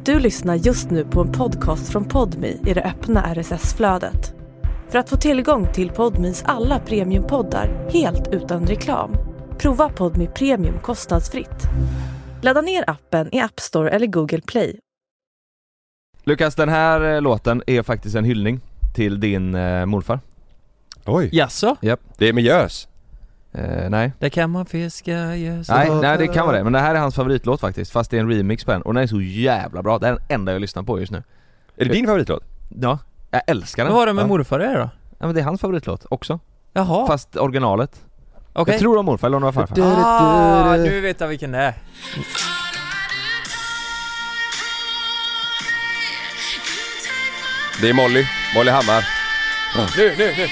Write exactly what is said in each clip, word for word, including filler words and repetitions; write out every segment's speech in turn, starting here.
Du lyssnar just nu på en podcast från Podmi i det öppna R S S-flödet. För att få tillgång till Podmis alla premiumpoddar helt utan reklam, prova Podmi Premium kostnadsfritt. Ladda ner appen i App Store eller Google Play. Lukas, den här eh, låten är faktiskt en hyllning till din eh, morfar. Oj. Jaså? Japp. Det är med gös. Eh, nej. Där kan man fiska gös. Nej, nej, det kan vara det. Men det här är hans favoritlåt faktiskt. Fast det är en remix på den. Och den är så jävla bra. Det är den enda jag lyssnar på just nu. Är det din favoritlåt? Ja, jag älskar den. Vad var det med ja. morfar är då? Ja, men det är hans favoritlåt också. Jaha. Fast originalet. Okay. Jag tror det var morfar eller om det var farfar. Ah, nu vet jag vilken det är. Det är Molly. Molly Hammar. Mm. Nu, nu, nu.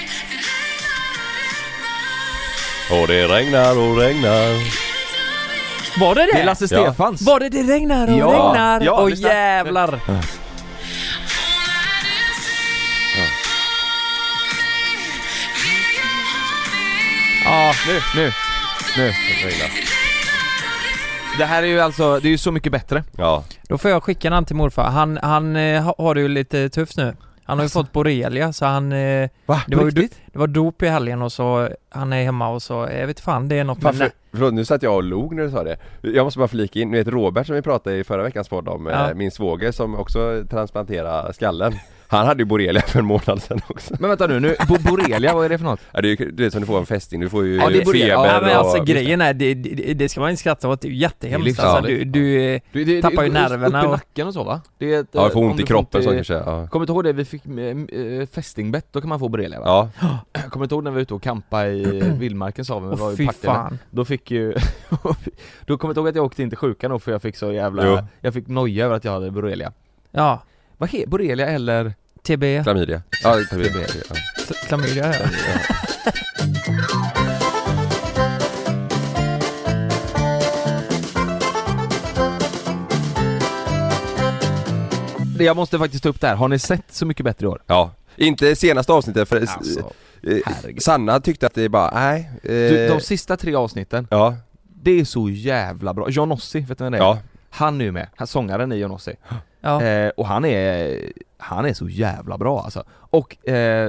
Och det regnar och regnar. Var det det? Det är Lasse Ja. Stefans. Var det det regnar och Ja. regnar? Ja, Åh lyssna. jävlar. Ja. Ja, nu, nu, nu. Det här är ju alltså, det är ju så mycket bättre. Ja. Då får jag skicka den till morfar. Han, han eh, ha- har det ju lite tufft nu. Han har ju Alltså. fått borrelia så han... Eh, Va? det, var ju, Riktigt? det var dop i helgen och så han är hemma och så, jag vet fan, det är något med... Varför? Förlåt, nu satt jag och log när du sa det. Jag måste bara flika in, ni vet Robert som vi pratade i förra veckans podd om, Ja. eh, min svåger som också transplanterade skallen. Han hade ju borrelia för en månad sedan också. Men vänta nu, nu bo- borrelia, vad är det för något? Ja, det är ju, du vet som du får en fästing, du får ju Ja, det är borrelia. feber Ja, men alltså och... grejen är, det, det, det ska man inte skratta åt, det är ju Det är jättehemskt. livsfarligt. Alltså, du, du, Du, det, tappar ju det- nerverna upp i och- nacken och så va? Det är ett, Ja, får om ont du i kroppen inte- så kanske, ja. Kommer du ihåg det? Vi fick äh, fästingbett, då kan man få borrelia va? Ja, Kommer du ihåg när vi var ute och kampa i vildmarken sa vi, men var Åh i fy Partille. fan. Då fick ju då kommer jag ihåg att jag åkte in till sjukan då för jag fick så jävla Jo. jag fick noja över att jag hade borrelia. Ja, Vad heter borrelia eller T B, klamydia. Ja, klamydia. Ja. Kl- klamydia, ja. Jag måste faktiskt ta upp det här. Har ni sett Så mycket bättre i år? Ja, inte senaste avsnittet för Alltså, eh, herregud. Sanna tyckte att det är bara, nej eh, Du, de sista tre avsnitten, Ja, det är så jävla bra. John Ossie, vet du vem det är? ja, Han är ju med, han sångaren i John Ossie. Ja. Eh, och han är han är så jävla bra alltså. Och eh,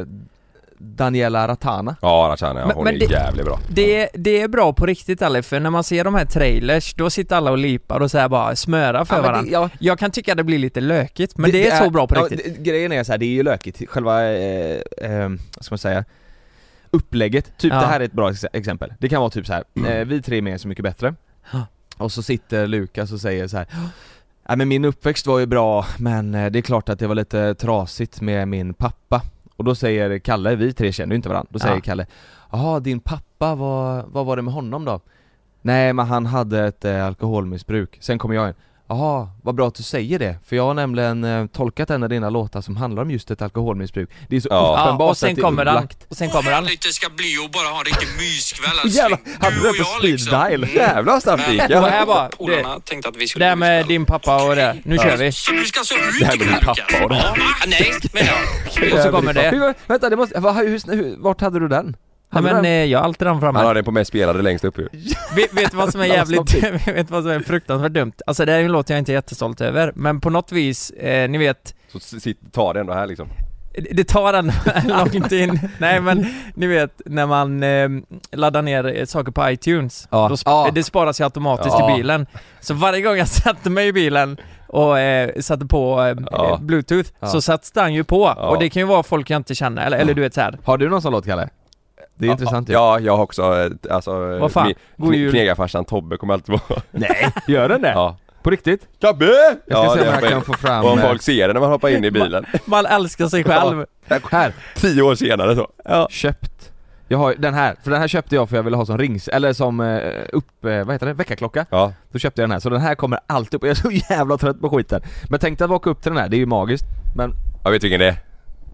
Daniela Ratana. ja Rachana, ja, Men- hon men är det- jävligt bra. Det, det är bra på riktigt eller för när man ser de här trailers då sitter alla och lipar och så här bara smörar för Ja, men varandra. det, ja, Jag kan tycka att det blir lite lökigt men det, är, så bra på ja, riktigt. det, grejen är så här, det är ju lökigt. Själva, eh, eh, vad ska man säga, upplägget. Typ Ja. det här är ett bra ex- exempel. Det kan vara typ så här, eh, vi tre är med Så mycket bättre. Ja. Och så sitter Lukas och säger så här: ja, men min uppväxt var ju bra, men eh, det är klart att det var lite trasigt med min pappa. Och då säger Kalle, vi tre känner ju inte varandra. Då säger Ja. Kalle: jaha, din pappa, vad, vad var det med honom då? Nej, men han hade ett eh, alkoholmissbruk. Sen kommer jag in: jaha, vad bra att du säger det. För jag har nämligen eh, tolkat en av dina låtar som handlar om just ett alkoholmissbruk. Det är så Ja. uppenbart Ja, och att sen det är kommer han upplagt. och sen kommer han. Lite ska bli och bara ha en riktig myskväll. Åh, jävlar, hade du det på speed dial? Jävlar snabbt gick Och jag. här bara, det, Polarna tänkte att vi skulle det här med din pappa och det, nu kör vi. Så du ska så ut Det här med din ikväll, pappa Lukas? och det här. Ja, va? Nej, men ja. Och så kommer det. Hur, vänta, det måste, vad, hur, hur, vart hade du den? Nej, Hade du men den? eh, jag har alltid den Han framme. har den på mest spelade längst upp ju. Vet, vet du vad som är jävligt, vet vad som är fruktansvärt dumt? Alltså det är ju en låt jag inte är jättestolt över, men på något vis, eh, ni vet, Så sitt, ta den ändå här liksom. det- det tar en långt in. Nej men, ni vet, när man eh, laddar ner eh, saker på iTunes, Ja. då sp- Ja. det sparas ju automatiskt Ja. i bilen. Så varje gång jag satte mig i bilen och eh, satte på eh, Ja. Bluetooth, Ja. så satt den ju på. Ja. Och det kan ju vara folk jag inte känner, eller, eller du vet så här. Har du någon sån låt, Kalle? Det är intressant ju. Ja, jag har också, eh, alltså Vad fan? kne- God jul. Knegarfarsan Tobbe kommer alltid vara. Nej, gör den det? Ja. På riktigt? Tobbe! Jag ska se om det jag är- kan få fram... Och om eh, folk ser det när man hoppar in i bilen. Man älskar sig själv. Här, Tio år senare så. Ja. köpt. Jag har den här, för den här köpte jag för jag ville ha som rings, eller som eh, upp, eh, vad heter det, väckarklocka. Ja. Så köpte jag den här, så den här kommer alltid upp, jag är så jävla trött på skiten. Men tänkte att vaka upp till den här, det är ju magiskt. Men... Jag vet vilken det är.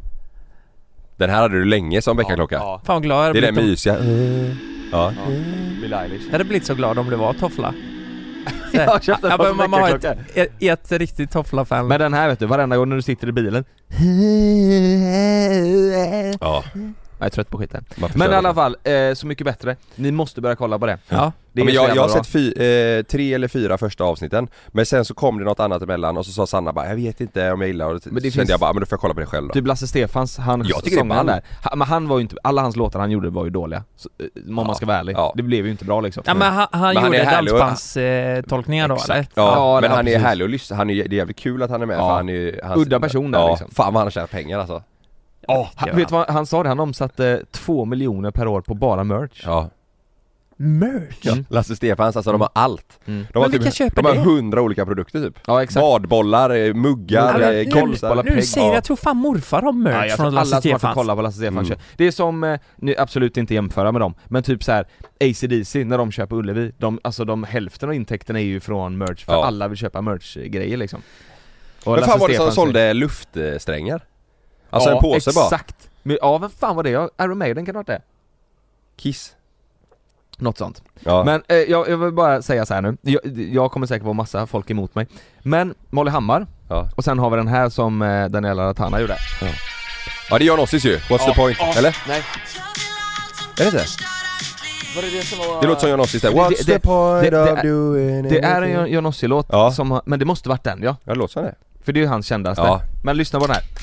Den här hade du länge som väckarklocka. Ja, Fan vad glad jag Det är hade den blivit om- mysiga. Ja. ja. Billie Eilish. jag hade blivit så glad om det var toffla. Jag köpte Ja, den men som man har väckarklocka. ett, ett, ett riktigt toffla-fan. Men den här vet du, varenda gång när du sitter i bilen. Ja. Jag är trött på skiten. Varför Men i kör alla de? fall, eh, Så mycket bättre. Ni måste börja kolla på det. Ja. Det Ja, är men så jag, jävla jag har bra. sett fy, eh, tre eller fyra första avsnitten. Men sen så kom det något annat emellan. Och så sa Sanna bara, jag vet inte om jag gillar. Och Men det kände finns- jag bara, men då får jag kolla på det själv då. Typ Lasse Stefans, han Jag tycker det är sångaren ball. där. Han, men han var ju inte, alla hans låtar han gjorde var ju dåliga. Så, eh, om man Ja. ska vara ärlig. Ja. Det blev ju inte bra liksom. Ja men han, han Men han gjorde är härlig och- dansbandstolkningar då eller? Ja, Ja, men ja, han är precis. härlig att lyssna. Han är, det är jävligt kul att han är med. Ja. För han är ju, han, Udda person där, ja, liksom. Fan vad han har tjänat pengar alltså. Ja, han, vet du vad han sa det? Han omsatte två miljoner per år på bara merch. Ja. Merch? Ja. Lasse Stefans, alltså de har allt. Mm. De har Men vilka typ, köper de har det? hundra olika produkter typ. Ja, exakt. Badbollar, eh, muggar, Ja, eh, men- golfbollar, Nu säger jag, ja. jag tror fan morfar har merch Ja, jag från tror Lasse alla som har fått Stefans. kolla på Lasse Stefans Mm. kö- Det är som, eh, nu absolut inte jämföra med dem, men typ så här A C D C när de köper Ullevi, de, alltså de hälften av intäkterna är ju från merch, för Ja. alla vill köpa merch-grejer liksom. Och Men Lasse fan var det som Stefans- sålde luftsträngar? Alltså ja, en påse bara. exakt. Men, ja, vem fan var det? Ja, Iron Maiden kan det ha varit det? Kiss. Något sånt. Ja. Men eh, jag, jag vill bara säga så här nu. Jag, jag kommer säkert vara massa folk emot mig. Men Molly Hammar, Ja. och sen har vi den här som eh, Daniela Ratana gjorde. Ja, det är Jan Ossis ju. What's the point? Eller? Nej. Är det inte? Var det det som var... Det låter som Jan Ossis där. Det- What's det- the point det- det of är- doing Det är en anything? Jan- Jan Ossi-låt, Ja. som har, men det måste varit den, ja. Ja, det låter som det. För det är ju hans kändaste. Ja. Men lyssna på den här.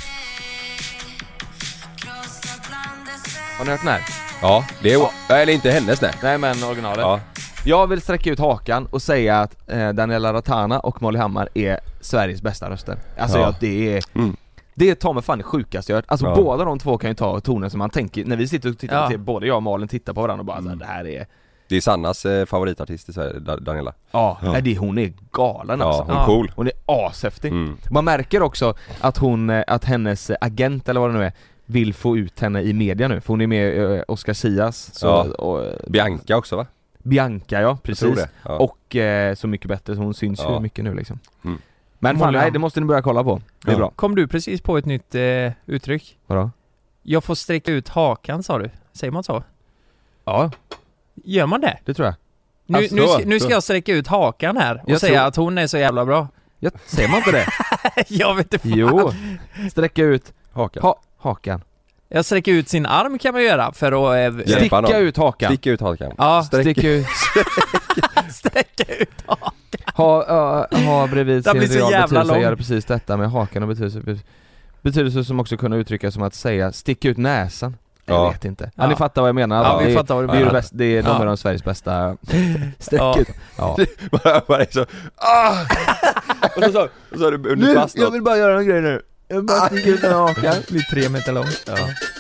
Har ni hört den här? Ja, det är... Eller inte hennes, nej. Nej, men originalet. Ja. Jag vill sträcka ut hakan och säga att eh, Daniela Ratana och Molly Hammar är Sveriges bästa röster. Alltså Ja. ja. det är... Mm. Det tar mig fan det sjukaste jag hört. Alltså Ja. båda de två kan ju ta toner som man tänker, när vi sitter och tittar Ja. på till, både jag och Malin tittar på varandra och bara Mm. så här, det här är... Det är Sannas eh, favoritartist i Sverige, Da- Daniela. Ja, Ja. Nej, det, hon är galen Ja, alltså. hon är Ja. cool. Hon är ashäftig. Mm. Man märker också att hon, eh, att hennes agent eller vad det nu är, vill få ut henne i media nu. För hon är med i eh, Oscar Sias så, Ja. och, eh, Bianca också va? Bianca, ja, Jag precis. tror det. Ja. Och eh, Så mycket bättre, så hon syns Ja. ju mycket nu liksom. Mm. Men fan, Molly nej, Hammar. det måste ni börja kolla på. Det är Ja. bra. Kom du precis på ett nytt eh, uttryck? Vadå? Jag får sträcka ut hakan sa du. Säger man så? Ja, Gör man det? det tror jag. Nu, Alltså, nu, då, ska, nu ska då. jag sträcka ut hakan här och Jag säga tror- att hon är så jävla bra. Ja, säger man inte det? Jag vet inte fan. Jo, sträcka ut Haka. ha, hakan. Jag sträcker ut sin arm kan man göra för att... Eh, Hjälpa Sticka någon. ut hakan. Sticka ut hakan. ja, Sträck- Sticka ut. sträcka ut hakan. Ha, uh, ha bredvid Det sin blir så real jävla betydelse och lång. göra precis detta med hakan och betydelse. Betydelse som också kunna uttryckas som att säga sticka ut näsan. Jag Ja. vet inte. Ja, Ja. ni fattar vad jag menar. Ja, vi det, fattar vad du det är ju menar. det bästa, det är, de Ja. är de Sveriges bästa sträck Ja. ut. Ja. Bara, bara så... Ah! Och så, så, så har du under fast något. vill bara göra en grej nu. Jag vill bara sticka ut den här hakan. Blir tre meter lång. Ja.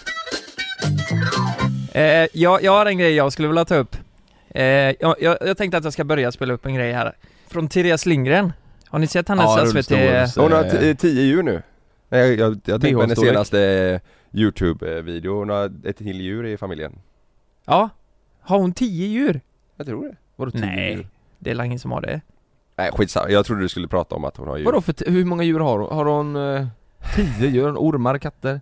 Eh, jag, jag har en grej jag skulle vilja ta upp. Eh, jag, jag, jag tänkte att jag ska börja spela upp en grej här. Från Therese Lindgren. Har ni sett hennes Ja, S V T? rullstol. Hon har t- tio djur nu. Nej, jag, jag, jag tänkte på hennes B H-storlek. senaste YouTube-video. Hon har ett till djur i familjen. Ja. Har hon tio djur? Jag tror det. Vadå tio Nej, djur? det är ingen som har det. Nej, skitsamma. Jag trodde du skulle prata om att hon har djur. Vadå för t- hur många djur har hon? Har hon eh, tio djur? Ormar, katter?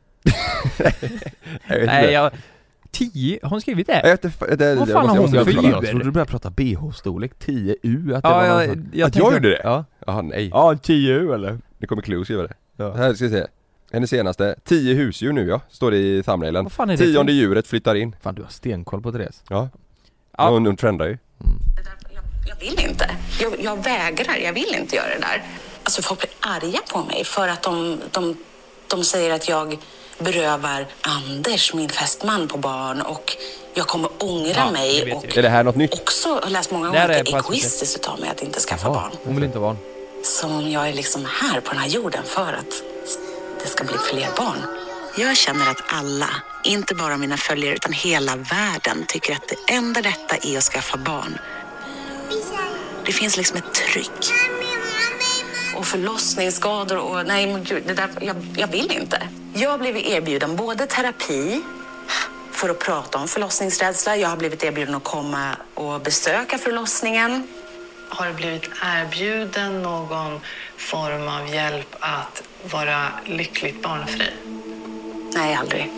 Jag vet Nej, inte. jag... Tio? Har hon skrivit det? Jag vet inte, det, det, Vad det fan måste- har jag hon måste för kolla. djur? Jag trodde du började prata B H-storlek, tio U, att det Ja, var jag, något sånt. jag Att tänkte... jag gjorde det? Ja, Jaha, nej. ja tio U eller? Det kommer Clue skriva det. Ja. Här ska vi se. Hennes senaste. Tio husdjur nu ja, står det i thumbnailen. Vad fan är det för- Tionde djuret flyttar in. Fan, du har stenkoll på Therese. Ja. Ja. Hon, hon trendar ju. Jag, jag vill inte. Jag, jag vägrar. Jag vill inte göra det där. Alltså folk blir arga på mig för att de, de, de säger att jag berövar Anders, min fästman, på barn och jag kommer ångra Ja, det mig vet och jag. Är det här något nytt? också har läst många Det gånger här är att det på är S V T. egoistiskt utav mig att inte skaffa Jaha, barn. hon vill inte ha barn. Som om jag är liksom här på den här jorden för att det ska bli fler barn. Jag känner att alla, inte bara mina följare utan hela världen, tycker att det enda rätta är att skaffa barn. Det finns liksom ett tryck. Och förlossningsskador och nej men gud, det där, jag, jag vill inte. Jag har blivit erbjuden både terapi för att prata om förlossningsrädsla. Jag har blivit erbjuden att komma och besöka förlossningen. Har du blivit erbjuden någon form av hjälp att vara lyckligt barnfri? Nej, aldrig.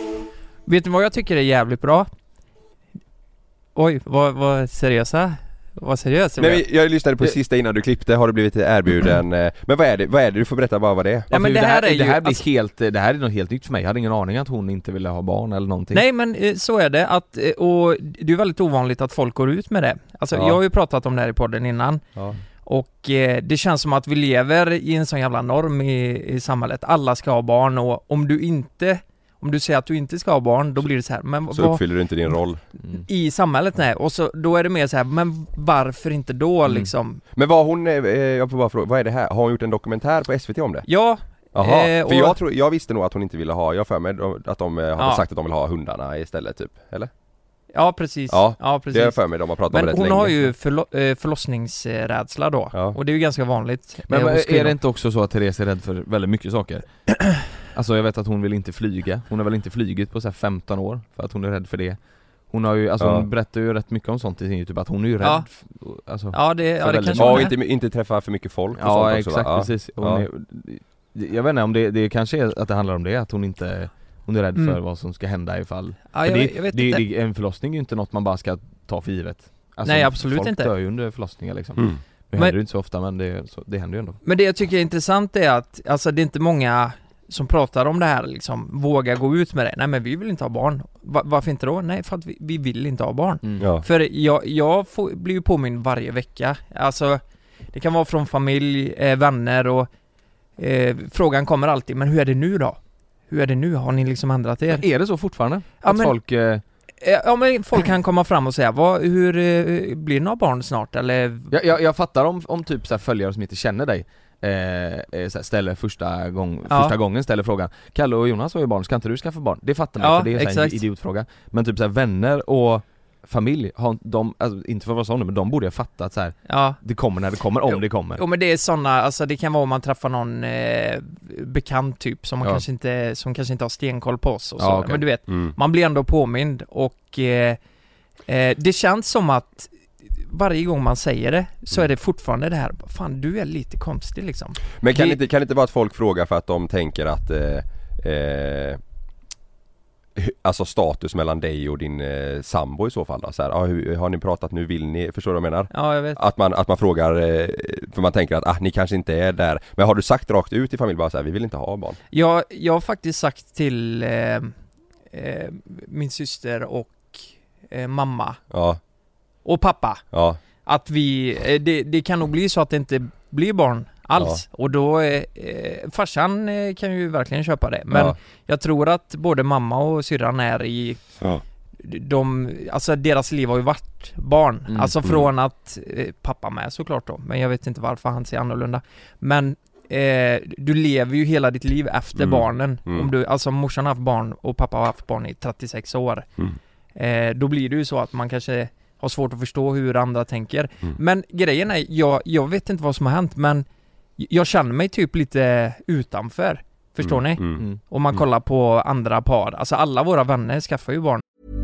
Vet ni vad jag tycker är jävligt bra? Oj, vad, vad seriösa vad seriöst. Nej, men jag lyssnade på det sista innan du klippte, har du blivit erbjuden, men vad är det, vad är det, du får berätta bara vad det är. Ja, men det här är ju, det här blir alltså, helt, det här är något helt nytt för mig, jag hade ingen aning att hon inte ville ha barn eller någonting. Nej men eh, så är det, att, eh, och det är väldigt ovanligt att folk går ut med det. Alltså Ja. jag har ju pratat om det här i podden innan. Ja. Och eh, det känns som att vi lever i en sån jävla norm i, i samhället. Alla ska ha barn, och om du inte Om du säger att du inte ska ha barn, då blir det så här, men Så vad, uppfyller du inte din roll. Mm. i samhället, nej. Och så, då är det mer så här, men varför inte då Mm. liksom? Men vad hon, eh, jag får bara fråga, vad är det här? Har hon gjort en dokumentär på S V T om det? Ja. Jaha, eh, för och- jag, tror, jag visste nog att hon inte ville ha, jag för mig att de eh, hade Ja. sagt att de vill ha hundarna istället typ, eller? Ja, precis. Ja, ja Det är precis. för mig, de har pratat Men om det rätt hon länge. har ju förlo- eh, förlossningsrädsla då. Ja. Och det är ju ganska vanligt. Men eh, hos är kvinnor. det inte också så att Therese är rädd för väldigt mycket saker? Alltså jag vet att hon vill inte flyga. Hon har väl inte flygit på så här femton år för att hon är rädd för det. Hon har ju, alltså Ja. hon berättar ju rätt mycket om sånt i sin YouTube, att hon är ju rädd. Ja. f- Alltså, Ja, det, ja, det väldigt- kanske Ja, hon och är. inte, inte träffa för mycket folk och ja sånt också, exakt, va? Ja. precis. Hon Ja. är, jag vet inte om det, det kanske är att det handlar om det, att hon inte, hon är rädd Mm. för vad som ska hända ifall. Ja, För jag, det, jag vet det, inte. det, en förlossning är ju inte något man bara ska ta för givet. Alltså, Nej, absolut folk inte. dör ju under förlossningar liksom. Mm. Det Men- händer ju inte så ofta, men det, så, det händer ju ändå. Men det jag tycker är intressant är att, alltså det är inte många som pratar om det här liksom, våga gå ut med det. Nej men vi vill inte ha barn. Va- varför inte då? Nej, för att vi, vi vill inte ha barn. Mm. Ja. För jag, jag får, blir ju påmind varje vecka. Alltså, det kan vara från familj, eh, vänner och eh, frågan kommer alltid, men hur är det nu då? Hur är det nu? Har ni liksom ändrat er? Är det så fortfarande? Ja, att men- folk... Eh, Eh, Ja men folk kan komma fram och säga, vad, hur eh, blir det några barn snart? Eller, jag, jag, jag fattar om, om typ så här följare som inte känner dig eh, eh, så här ställer första, gång, Ja. första gången ställer frågan, Kalle och Jonas har ju barn, ska inte du skaffa barn? Det fattar man, Ja, för det är så här en exakt. idiotfråga. Men typ så här, vänner och familj har de, alltså, inte för att vara sån, men de borde ha fattat så här. ja. Det kommer när det kommer, om Jo, det kommer. Jo men det är såna, alltså det kan vara om man träffar någon eh, bekant typ som man Ja. kanske inte, som kanske inte har stenkoll på oss och så. Ja, okej. Men du vet, Mm. man blir ändå påmind och eh, eh, det känns som att varje gång man säger det så är det fortfarande det här, fan du är lite konstig liksom. Men kan Det- det inte, kan det inte vara att folk frågar för att de tänker att eh, eh, alltså status mellan dig och din eh, sambo i så fall då? Så här, ah, hur, har ni pratat nu, vill ni, förstår du vad jag menar? Ja jag vet. Att man, att man frågar, eh, för man tänker att ah, ni kanske inte är där. Men har du sagt rakt ut i familjen bara så här, vi vill inte ha barn? Jag, jag har faktiskt sagt till eh, eh, min syster och eh, mamma Ja, och pappa ja, att vi, eh, det, det kan nog bli så att det inte blir barn alls. Och då, eh, eh, farsan eh, kan ju verkligen köpa det. Men ja, jag tror att både mamma och syrran är i, ja. de, alltså deras liv har ju varit barn. Mm, Alltså mm. från att, eh, pappa med såklart då, men jag vet inte varför han ser annorlunda. Men eh, du lever ju hela ditt liv efter Mm, barnen. mm. Om du, alltså morsan har haft barn och pappa har haft barn i trettiosex år. Mm. Eh, då blir det ju så att man kanske har svårt att förstå hur andra tänker. Mm. Men grejen är, jag, jag vet inte vad som har hänt, men jag känner mig typ lite utanför. Förstår Mm, ni? mm. Mm. Om man Mm. kollar på andra par. Alltså alla våra vänner skaffar ju barn.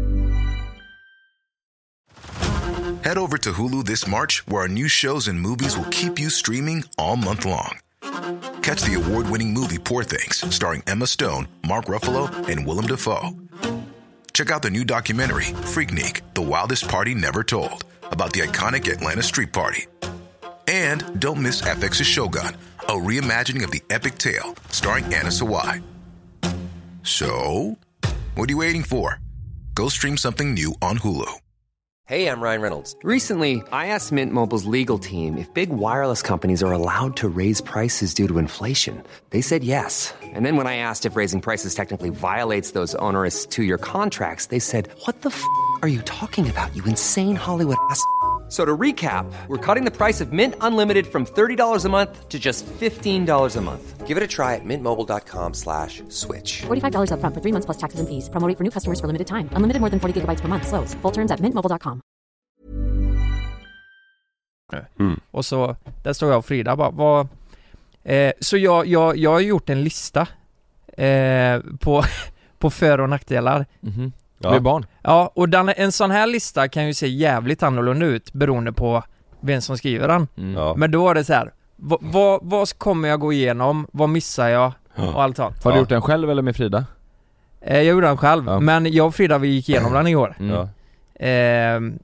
Head over to Hulu this March, where our new shows and movies will keep you streaming all month long. Catch the award-winning movie Poor Things, starring Emma Stone, Mark Ruffalo, and Willem Dafoe. Check out the new documentary, Freaknik, The Wildest Party Never Told, about the iconic Atlanta Street Party. And don't miss F X's Shogun, a reimagining of the epic tale, starring Anna Sawai. So, what are you waiting for? Go stream something new on Hulu. Hey, I'm Ryan Reynolds. Recently, I asked Mint Mobile's legal team if big wireless companies are allowed to raise prices due to inflation. They said yes. And then when I asked if raising prices technically violates those onerous two-year contracts, they said, what the f*** are you talking about, you insane Hollywood ass f- So to recap, we're cutting the price of Mint Unlimited from thirty dollars a month to just fifteen dollars a month. Give it a try at mintmobile.com slash switch. forty-five dollars up front for three months plus taxes and fees. Promo rate for new customers for limited time. Unlimited more than forty gigabytes per month. Slows full terms at mint mobile dot com. Mm. Och så, där står jag och Frida bara, vad... Eh, så jag, jag, jag har gjort en lista eh, på, på för- och nackdelar. Mhm. Ja. Med barn. Ja, och den, en sån här lista kan ju se jävligt annorlunda ut beroende på vem som skriver den. Mm. Ja. Men då är det så här, vad, vad, vad kommer jag gå igenom? Vad missar jag? Och allt sånt. Har du Ja. gjort den själv eller med Frida? Eh, jag gjorde den själv, Ja. men jag och Frida vi gick igenom den igår. Mm. Ja. Eh,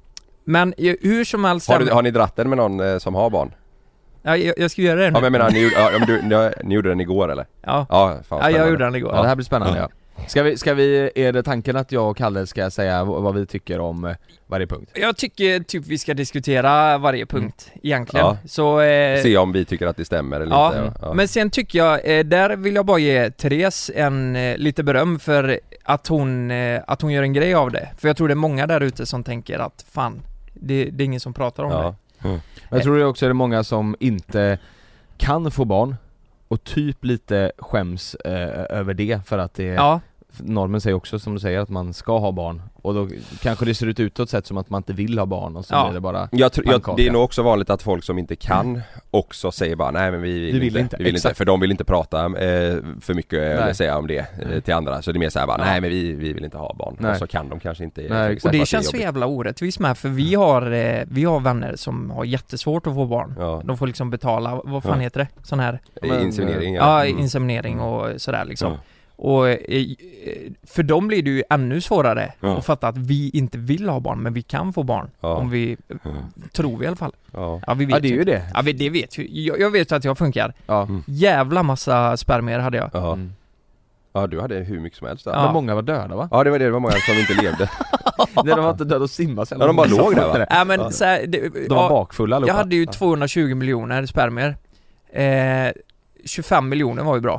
Men ju- hur som helst... Har, du, har ni dratt den med någon eh, som har barn? Ja, jag, jag ska göra det nu. Ja men jag menar, ni, gjorde- ja, men du, ni, ni gjorde den igår eller? Ja, Ja, fan, ja spännande. jag gjorde den igår. Ja, det här blir spännande ja. Ska vi, ska vi, är det tanken att jag och Kalle ska säga v- vad vi tycker om eh, varje punkt? Jag tycker typ vi ska diskutera varje punkt egentligen. Ja. Så, eh, Se om vi tycker att det stämmer eller ja. inte. Ja. Men sen tycker jag, eh, där vill jag bara ge Therese en eh, lite beröm för att hon, eh, att hon gör en grej av det. För jag tror det är många där ute som tänker att fan, det, det är ingen som pratar om Ja. det. Mm. Men jag tror det också är det många som inte kan få barn och typ lite skäms eh, över det för att det Ja, normen säger också som du säger att man ska ha barn och då kanske det ser ut utåt sett som att man inte vill ha barn och så Ja. blir det bara Jag tror, jag, pannkaka. det är nog också vanligt att folk som inte kan också säger bara nej men vi vill, Vi vill inte, inte. vi vill inte, Exakt. för de vill inte prata eh, för mycket eller Nej. säga om det eh, till andra, så det är mer såhär bara nej men vi, vi vill inte ha barn, Nej. och så kan de kanske inte. Nej, för exakt. och att det är känns så jobbigt. jävla orättvist med, för vi har, eh, vi har vänner som har jättesvårt att få barn. Ja. De får liksom betala, vad fan Ja. heter det? Sån här, Men, Inseminering ja, Mm. inseminering och sådär liksom. Ja. Och eh, för dem blir det ju ännu svårare Ja. att fatta att vi inte vill ha barn, men vi kan få barn. Ja. Om vi, Ja. tror vi i alla fall. Ja. Ja, vi vet Ja det är ju inte. det. Ja, vi- det vet ju. Jag, jag vet att jag funkar. Ja. Mm. Jävla massa spermier hade jag. Ja. Mm. Ja, du hade hur mycket som helst där. Ja. Ja, Men många var döda va? ja det var det, det var många som inte levde. Nej, de var inte döda och simma så Ja, de bara låg där, va? Ja, men Ja. så här, det, De var ja, bakfulla allihopa. jag hade ju Ja. tvåhundratjugo miljoner spermier. Eh, tjugofem miljoner var ju bra.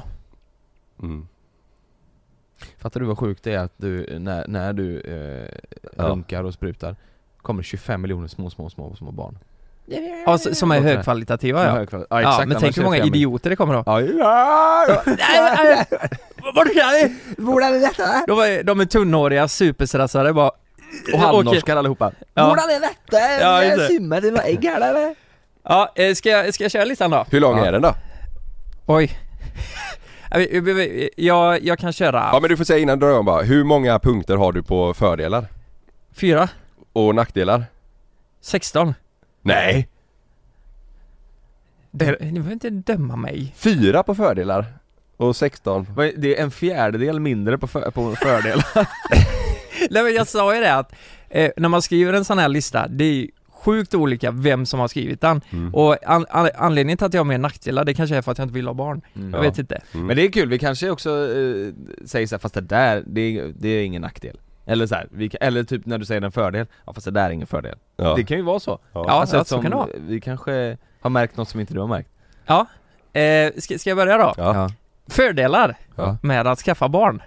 Mm. Fattar du vad sjukt det är att du, när, när du eh, Ja. runkar och sprutar kommer tjugofem miljoner små, små, små, små barn. Ja, s- som är Låter det. högkvalitativa ja. Ja, ja, Ja, exakt, men annars tänk hur är det många fem miljoner. idioter det kommer då. Ja, ja, ja. Vart är det? Borde är detta? De är, de är tunnhåriga, superstressade bara. Och halvnorskar allihopa. Ja. Borde är detta? Ja, just det. Simmar dina ägg här eller? Ja, eh, ska jag, ska jag köra listan då? Hur lång Ja. är den då? Oj. Jag, jag, jag, jag kan köra Ja men du får säga innan du drar igång bara, hur många punkter har du på fördelar? fyra, Och nackdelar? sexton. Nej! Ni behöver inte döma mig. Fyra på fördelar och sexton. Vad är- Det är en fjärdedel mindre på, för, på fördel. Nej, men jag sa ju det att eh, när man skriver en sån här lista, det är sjukt olika vem som har skrivit den. Mm. Och an, an, anledningen till att jag har mer nackdelar, det kanske är för att jag inte vill ha barn. Mm. Jag Ja. vet inte. Mm. Men det är kul, vi kanske också eh, säger så här, fast det där, det är, det är ingen nackdel. Eller så här, vi, kan- eller typ när du säger en fördel, ja fast det där är ingen fördel. Ja. Det kan ju vara så. Ja. Ja, Alltså, ja, att så som, kan det vara. vi kanske har märkt något som inte du har märkt. Ja. Eh, ska, ska jag börja då? Ja. Fördelar Ja. med att skaffa barn.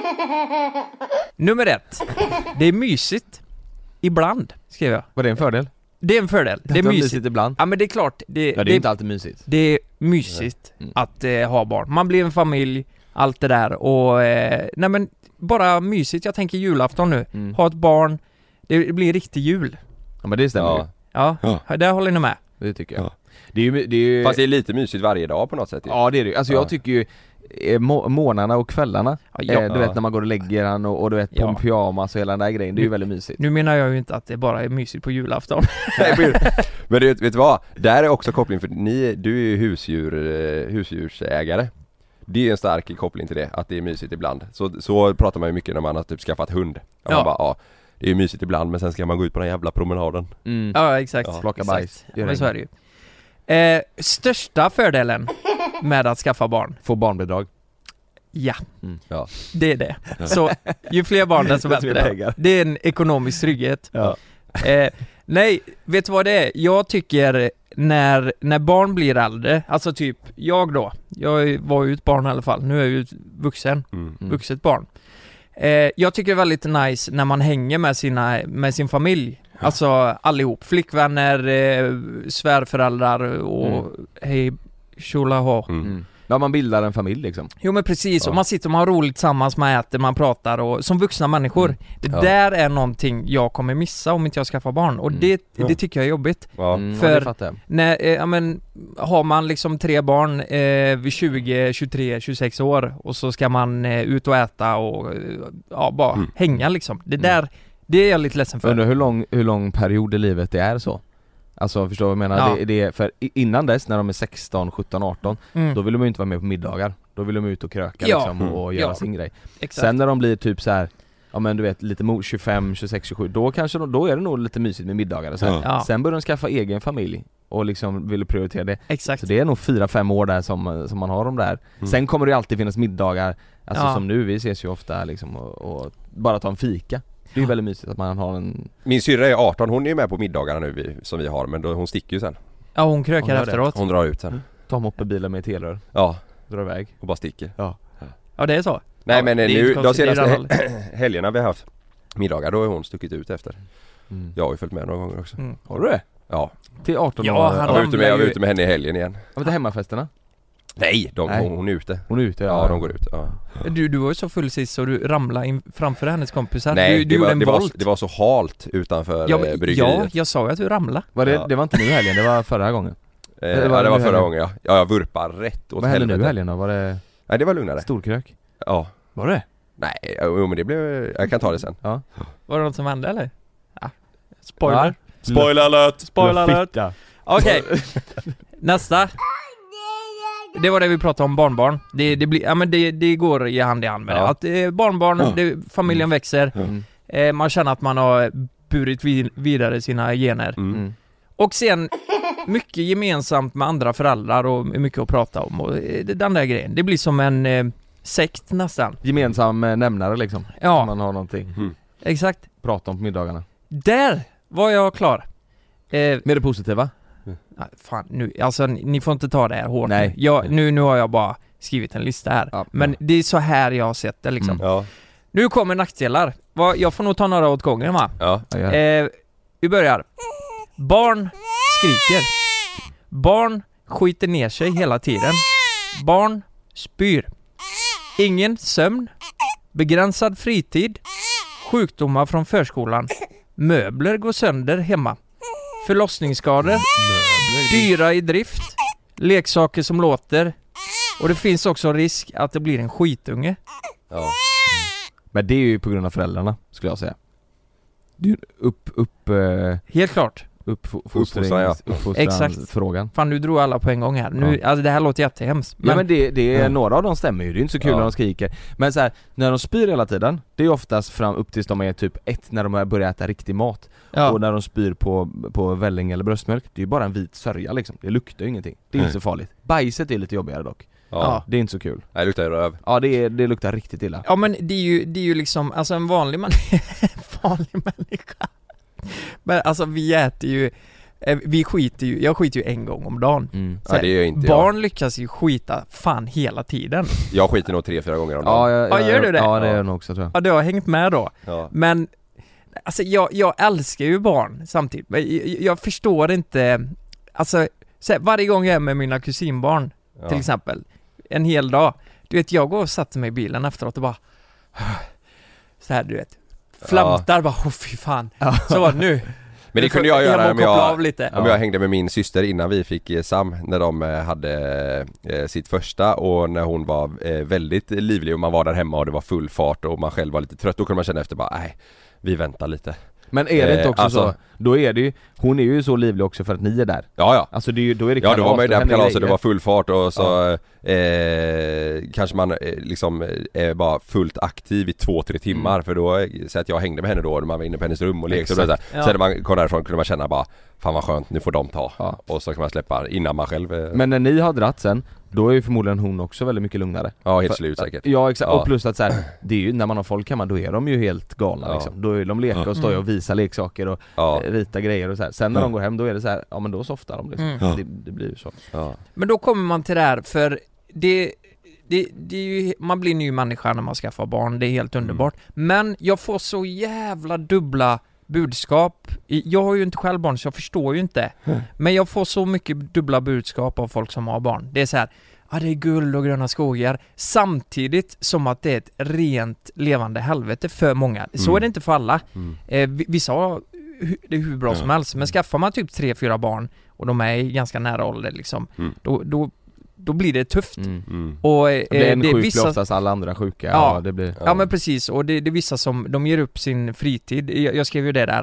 Nummer ett. Det är mysigt. Ibland, skrev jag. Var det en fördel? Det är en fördel. Det är var mysigt. ibland. Ja men det är klart. Det, Ja, det är det, inte alltid mysigt. det är mysigt Nej. Mm. att eh, ha barn. Man blir en familj, allt det där och eh, nej men bara mysigt. Jag tänker julafton nu. Mm. Ha ett barn. Det blir riktig jul. Ja men det stämmer Ja. Ja, Ja. där håller ni med. ju. Det tycker jag. Ja. Det är ju, det är ju Fast det är lite mysigt varje dag på något sätt ju. ja det är det ju. Alltså Ja. jag tycker ju eh, må- morgnarna och kvällarna, Ja, ja. eh, du vet när man går och lägger han och, och du vet på Ja. en pyjamas och hela den där grejen, det är ju väldigt mysigt. Nu menar jag ju inte att det bara är mysigt på julafton. Men du vet, vet du vad? Där är också koppling, för ni, du är ju husdjur, eh, husdjursägare. Det är en stark koppling till det, att det är mysigt ibland. Så, så pratar man ju mycket när man har typ skaffat hund. Ja. Ja. Man bara, ja, det är ju mysigt ibland men sen ska man gå ut på den jävla promenaden. Mm. Ja, exakt. Ja, plocka Exakt. bajs. Gör Men det. så är det ju. Eh, största fördelen med att skaffa barn. Få barnbidrag. Ja, Mm. Ja. det är det. Så ju fler barn desto Desto mer bättre. pengar. Det är en ekonomisk trygghet. Ja. Eh, nej, vet du vad det är? Jag tycker när, när barn blir äldre, alltså typ jag då, jag var ju ett barn i alla fall, nu är jag ju ett vuxen, Mm. Mm. vuxet barn. Eh, jag tycker det är väldigt nice när man hänger med, sina, med sin familj. Alltså allihop, flickvänner, eh, svärföräldrar och Mm. hej tjolaha. Mm. Mm. Ja man bildar en familj liksom. Jo men precis, Ja. och man sitter och man har roligt tillsammans, man äter, man pratar och som vuxna människor. Mm. Det Ja. där är någonting jag kommer missa om inte jag skaffar barn och Mm. det, Ja. det tycker jag är jobbigt. Ja. Mm, För- ja, det fattar jag. När, eh, ja, men, har man liksom tre barn eh, vid tjugo, tjugotre, tjugosex år och så ska man eh, ut och äta och eh, ja, bara Mm. hänga liksom. Det Mm. där, det är jag lite ledsen för. Undrar hur lång, hur lång period i livet det är så? Alltså förstår du vad jag menar? Ja. Det, det är, för i- innan dess när de är sexton, sjutton, arton Mm. då vill de ju inte vara med på middagar. Då vill de ut och kröka Ja. liksom och, och göra Ja. sin grej. Exakt. Sen när de blir typ så här ja men du vet lite mo- tjugofem, tjugosex, tjugosju, då kanske då är det nog lite mysigt med middagar och så här. Ja. Sen börjar de skaffa egen familj och liksom vill prioritera det. Exakt. Så det är nog fyra, fem år där som, som man har de där. Mm. Sen kommer det ju alltid finnas middagar, alltså ja. som nu, vi ses ju ofta liksom och, och bara ta en fika. Det är ju väldigt mysigt att man har en... Min syrra är arton, hon är ju med på middagarna nu vi, som vi har, men då, hon sticker ju sen. Ja, hon krökar hon Det. efteråt. Hon drar ut sen. Mm. Ta moppebilen med telrör. Ja. Drar iväg. Och bara sticker. Ja. Ja, det är så. Nej ja, men det nu, de senaste hel- helgerna vi har haft middagar, då har hon stuckit ut efter. Mm. Jag har ju följt med några gånger också. Mm. Har du det? Ja. Till arton Ja, år? han Jag var, ute med, jag var ju- ute med henne i helgen igen. Ja, men till hemmafesterna? Nej, de, Nej. Hon, hon är ute. Hon är ute, Ja, ja. de går ut. Ja. Du, du var ju så full sist så du ramlade in framför hennes kompisar. Nej, du, du det, gjorde var, en det, var, volt. det var så halt utanför ja, eh, men, bryggeriet. ja, jag sa ju att du ramlade. Var det, Ja. det var inte nu i helgen, det var förra gången. Eh, det var ja, det var nu förra helgen. gången ja. Ja, jag vurpar rätt åt Vad hände helvete. nu i helgen då? Var det Nej, det var lugnare. storkrök? Ja. Var det? Nej, jo men det blev... Jag kan ta det sen. Ja. Var det något som hände eller? Ja. Spoiler. Ja. Spoiler alert! Spoiler alert. Fitta. Okej. Nästa. Det var det vi pratade om, barnbarn. Det, det, blir, ja, men det, det går i hand i hand med Ja. det. Att eh, barnbarn, Ja. det, familjen växer. Mm. Eh, man känner att man har burit vid, vidare sina gener. Mm. Mm. Och sen mycket gemensamt med andra föräldrar och mycket att prata om. Och eh, den där grejen. Det blir som en eh, sekt nästan. Gemensam eh, nämnare liksom. Ja. Om man har någonting. Mm. Exakt. Prata om på middagarna. Där var jag klar. Eh, Med det positiva? nej, fan, nu, alltså ni, ni får inte ta det här hårt. Nej. Nu. Jag, nu, nu har jag bara skrivit en lista här. Ja. Men det är så här jag har sett det liksom. Mm. Ja. Nu kommer nackdelar. Va, jag får nog ta några åt gången va? Ja. Ja, ja. Eh, vi börjar. Barn skriker. Barn skiter ner sig hela tiden. Barn spyr. Ingen sömn. Begränsad fritid. Sjukdomar från förskolan. Möbler går sönder hemma. Förlossningsskador. Dyra i drift. Leksaker som låter. Och det finns också risk att det blir en skitunge. Ja. Men det är ju på grund av föräldrarna, skulle jag säga. Det är ju upp, upp, eh, Helt klart. Uppfostran, ja. Exakt. Frågan. Fan, nu drog alla på en gång här. Nu, Ja. alltså det här låter jättehemskt. Men, ja, men det, det är Ja. några av dem stämmer ju, det är inte så kul Ja. när de skriker. Men så här, när de spyr hela tiden, det är oftast fram upp tills de är typ ett, när de börjar äta riktig mat. Ja. Och när de spyr på, på välling eller bröstmjölk, det är ju bara en vit sörja liksom. Det luktar ju ingenting. Det är Nej. inte så farligt. Bajset är lite jobbigare dock. Ja. Det är inte så kul. Nej, det luktar ju röv. Ja, det, är, det luktar riktigt illa. Ja men det är ju, det är ju liksom, alltså en vanlig man vanlig människa. Men alltså vi äter ju, eh, vi skiter ju, jag skiter ju en gång om dagen. Mm. Så Ja, det gör inte barn jag. lyckas ju skita fan hela tiden. Jag skiter nog tre, fyra gånger om Ja, dagen. jag, Ja, jag, gör du det? Ja, det Ja. gör jag nog också tror jag. Ja, du har hängt med då. Ja. Men alltså jag, jag älskar ju barn samtidigt. Men jag, jag förstår inte, alltså så här, varje gång jag är med mina kusinbarn Ja. till exempel, en hel dag. Du vet, jag går och satte mig i bilen efteråt och bara så här, du vet, flamtar bara, åh fy fan. Så var det nu. Men det kunde jag göra om koppla av jag, lite. om jag hängde med min syster innan vi fick eh, Sam, när de eh, hade eh, sitt första, och när hon var eh, väldigt livlig och man var där hemma och det var full fart och man själv var lite trött, då kunde man känna efter bara, nej, vi väntar lite. Men är det inte Eh, också alltså- så, då är det ju, hon är ju så livlig också för att ni är där. Ja, ja. Alltså det är ju, då är det Ja, då var man ju där på händer kalaset, det grejer. var full fart och så eh, kanske man eh, liksom eh, är bara fullt aktiv i två, tre timmar Mm. för då, eh, så att jag hängde med henne då och man var inne på hennes rum och lekte och så, Exakt. så Ja. när man kom därifrån kunde man känna bara, fan vad skönt, nu får de ta. Ja. Och så kan man släppa innan man själv eh, Men när ni har dratt sen, då är ju förmodligen hon också väldigt mycket lugnare. ja, helt För- slut säkert. Ja exakt, Ja. och plus att så här, det är ju när man har folk hemma, då är de ju helt galna Ja. liksom. Då är de leka och står och visar leksaker och Ja. eh, rita grejer och så här. Sen när Ja. de går hem, då är det så här, ja men då softar de liksom. Mm. det, det blir ju så. Ja. Men då kommer man till det här, för det, det, det är ju, man blir ny människa när man skaffar barn, det är helt underbart. Men jag får så jävla dubbla budskap. Jag har ju inte själv barn så jag förstår ju inte. Men jag får så mycket dubbla budskap av folk som har barn. Det är så här, ja det är guld och gröna skogar, samtidigt som att det är ett rent levande helvete för många. Så Mm. är det inte för alla. Mm. Eh, vi- vissa har hu- det är hur bra Ja. som helst, men skaffar man typ tre, fyra barn och de är i ganska nära ålder liksom, Mm. då, då, då blir det tufft. Mm. Mm. Och eh, Det är en det är sjuk vissa, blir oftast alla andra sjuka. Ja. Ja, det blir... ja men precis, och det, det är vissa som, de ger upp sin fritid. Jag, jag skrev ju det där.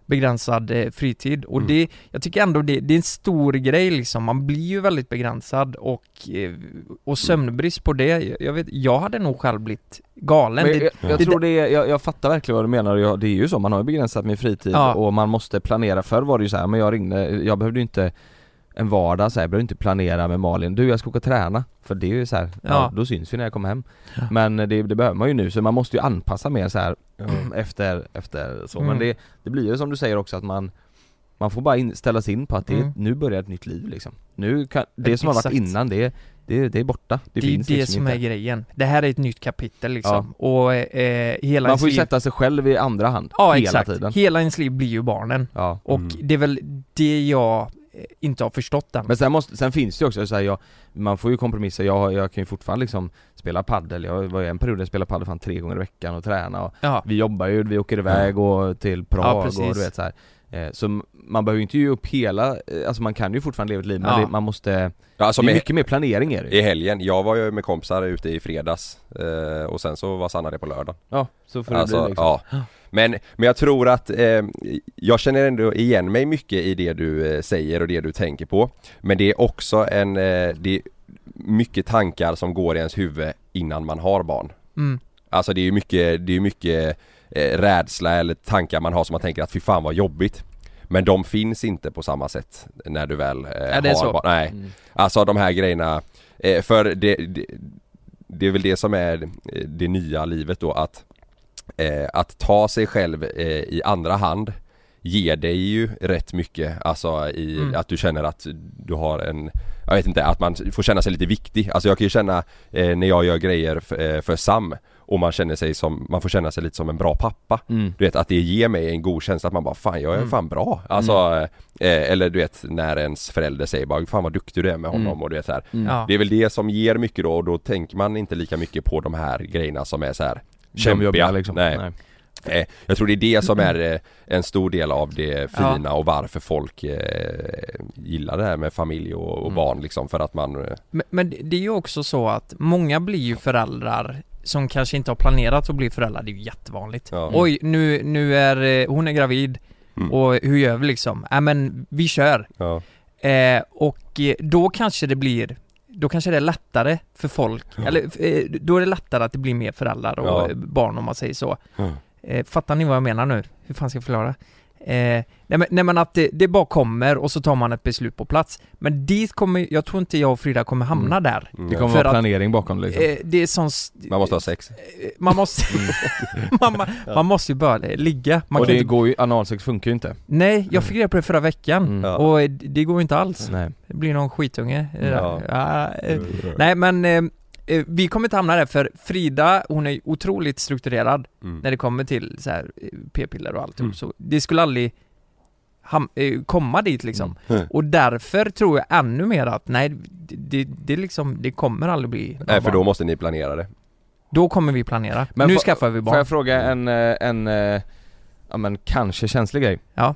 begränsad eh, fritid och Mm. det, jag tycker ändå det, det är en stor grej liksom, man blir ju väldigt begränsad och, eh, och sömnbrist på det, jag, jag vet, jag hade nog själv blivit galen. Men det, jag, jag det, tror det är, jag, jag fattar verkligen vad du menar, jag, det är ju så, man har ju begränsat med fritid Ja. och man måste planera. Förr var det ju så här, men jag ringde, jag behövde ju inte en vardag så här, jag behövde inte planera med Malin, du jag ska åka och träna, för det är ju så här, ja. Ja. Då syns vi när jag kommer hem. Ja. Men det, det behöver man ju nu, så man måste ju anpassa mer så här efter, efter så, Mm. men det, det blir ju som du säger också att man man får bara in, ställa sig in på att det, Mm. nu börjar ett nytt liv liksom. Nu kan, det som har varit Exakt. innan, det, det, det är borta. Det, det är finns det liksom som inte. är grejen. Det här är ett nytt kapitel liksom. Och eh, hela Man får ju ens liv, sätta sig själv i andra hand ja, hela exakt. tiden. Hela ens liv blir ju barnen. Ja. Och Mm. det är väl det jag eh, inte har förstått än. Men sen, måste, sen finns det ju också så här, jag, man får ju kompromissa, jag, jag kan ju fortfarande liksom spela paddel, jag var i en period jag spelade paddel fan tre gånger i veckan och träna och Ja. vi jobbar ju, vi åker iväg och till Ja, Prag precis. och du vet så här. Eh, så man behöver ju inte ge upp hela, eh, alltså man kan ju fortfarande leva ett liv, men Ja. det, man måste, Ja, alltså det är med, mycket mer planering är det ju. i helgen, jag var ju med kompisar ute i fredags eh, och sen så var Sanna det på lördag. Ja, så får det Alltså, bli liksom. ja. Men, men jag tror att eh, jag känner ändå igen mig mycket i det du eh, säger och det du tänker på. Men det är också en, eh, det är mycket tankar som går i ens huvud innan man har barn. Mm. Alltså det är ju mycket, det är mycket eh, rädsla eller tankar man har som man tänker att fy fan vad jobbigt. Men de finns inte på samma sätt när du väl eh, Ja, det är har så. barn. Nej, Mm. alltså de här grejerna, eh, för det, det, det är väl det som är eh, det nya livet då, att Eh, att ta sig själv eh, i andra hand ger dig ju rätt mycket, alltså i Mm. att du känner att du har en, jag vet inte, att man får känna sig lite viktig. Alltså jag kan ju känna eh, när jag gör grejer f- eh, för Sam och man känner sig som, man får känna sig lite som en bra pappa. Mm. Du vet att det ger mig en god känsla att man bara fan jag är Mm. fan bra. Alltså eh, eller du vet när ens förälder säger bara fan vad duktig du är med honom Mm. och du vet så här. Mm. Ja. Det är väl det som ger mycket då och då tänker man inte lika mycket på de här grejerna som är så här De kämpiga jobbiga liksom. Nej. Eh, jag tror det är det som är eh, en stor del av det fina Ja. och varför folk eh, gillar det här med familj och, och Mm. barn liksom, för att man eh, Men, men det är ju också så att många blir ju föräldrar som kanske inte har planerat att bli föräldrar. Det är ju jättevanligt. Ja. Oj, nu, nu är eh, hon är gravid Mm. och hur gör vi liksom? Ja, men vi kör. ja. Eh, och eh, då kanske det blir då kanske det är lättare för folk, Ja. eller eh, då är det lättare att det blir mer föräldrar och Ja. eh, barn om man säger så. Ja. Eh, fattar ni vad jag menar nu? Hur fan ska jag förklara? Eh, nej, men, nej men att det, det bara kommer och så tar man ett beslut på plats. Men dit kommer, jag tror inte jag och Frida kommer hamna Mm. där. Mm. Det kommer För vara att- planering bakom det liksom. Eh, det är sån... Man måste ha sex. Eh, Man måste... man, man, man måste ju bara ligga. Man och kan det inte... går ju, analsex funkar ju inte. Nej, jag fick reda på det förra veckan. Mm. Ja. Och eh, det går ju inte alls. Nej. Det blir någon skitunge. Ja. Ja, eh, nej men eh, eh, vi kommer inte hamna där, för Frida, hon är otroligt strukturerad Mm. när det kommer till så här eh, p-piller och allt. Mm. Så det skulle aldrig ham- eh, komma dit liksom. Mm. Och därför tror jag ännu mer att nej, det, det, det liksom, det kommer aldrig bli några Nej, för barn. då måste ni planera det. Då kommer vi planera. Men nu får- skaffar vi Får barn. jag fråga en, eh, en, eh, ja men kanske känslig grej? Ja.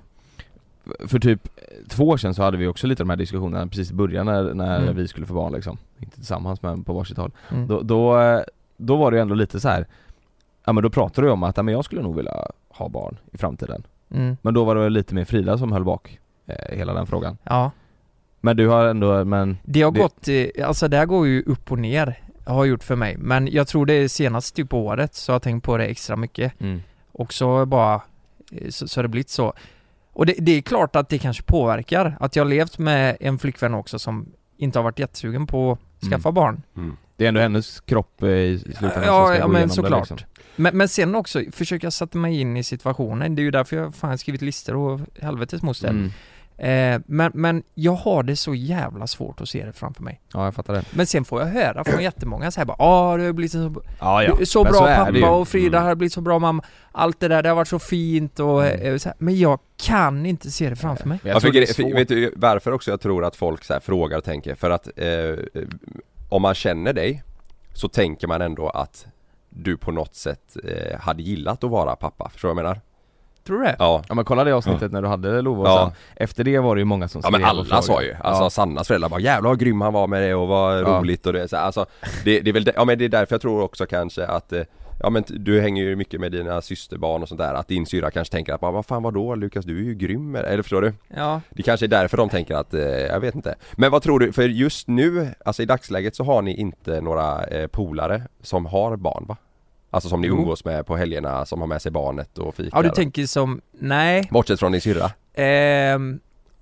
För typ två år sedan så hade vi också lite de här diskussionerna precis i början när, när Mm. vi skulle få barn liksom. Inte tillsammans men på varsitt håll. Mm. Då, då, eh, då var det ju ändå lite så här. Ja men då pratade du om att ja, men jag skulle nog vilja ha barn i framtiden. Mm. Men då var det väl lite mer Frida som höll bak eh, hela den frågan. Ja. Men du har ändå, men Det har Det- gått, eh, alltså det här går ju upp och ner, har gjort för mig. Men jag tror det är senast typ på året så har jag tänkt på det extra mycket. mm. Och så bara, eh, så, så har det blivit så. Och det, det är klart att det kanske påverkar. Att jag har levt med en flickvän också som inte har varit jättesugen på att skaffa barn. Mm. Det är ändå hennes kropp eh, i slutändan Ja, som ska ja, gå men igenom det, såklart. liksom. Men, men sen också, försöka sätta mig in i situationen. Det är ju därför jag fan skrivit listor och helvetes moster. Mm. Eh, men, men jag har det så jävla svårt att se det framför mig. Ja, jag fattar det. Men sen får jag höra från jättemånga så här bara, ah, du har blivit så, Ja, så Men bra så är det ju. pappa och Frida Mm. har blivit så bra mamma. Allt det där, det har varit så fint och Mm. eh, så här. Men jag kan inte se det framför mig. Men jag Jag tror fick, det är fick, svårt. vet du varför också jag tror att folk så här frågar och tänker? För att eh, om man känner dig så tänker man ändå att du på något sätt eh, hade gillat att vara pappa. Förstår du vad jag menar? Tror du det? Ja. Ja men kolla det avsnittet när du hade Lova och Ja. sen, efter det var det ju många som Ja skrev men och alla frågade. sa ju, alltså ja. Sannas föräldrar bara jävlar vad grym han var med det och vad Ja. roligt och det så här, alltså det, det är väl det, ja men det är därför jag tror också kanske att eh, ja men du hänger ju mycket med dina systerbarn och sånt där, att din syra kanske tänker att vad fan vadå Lukas, du är ju grym, eller förstår du? Ja. Det kanske är därför de tänker att, eh, jag vet inte. Men vad tror du, för just nu, alltså i dagsläget så har ni inte några eh, polare som har barn va? Alltså som ni Jo. umgås med på helgerna, som har med sig barnet och fikar. Ja, du tänker som, nej. Bortsett från din syrra? Ehm,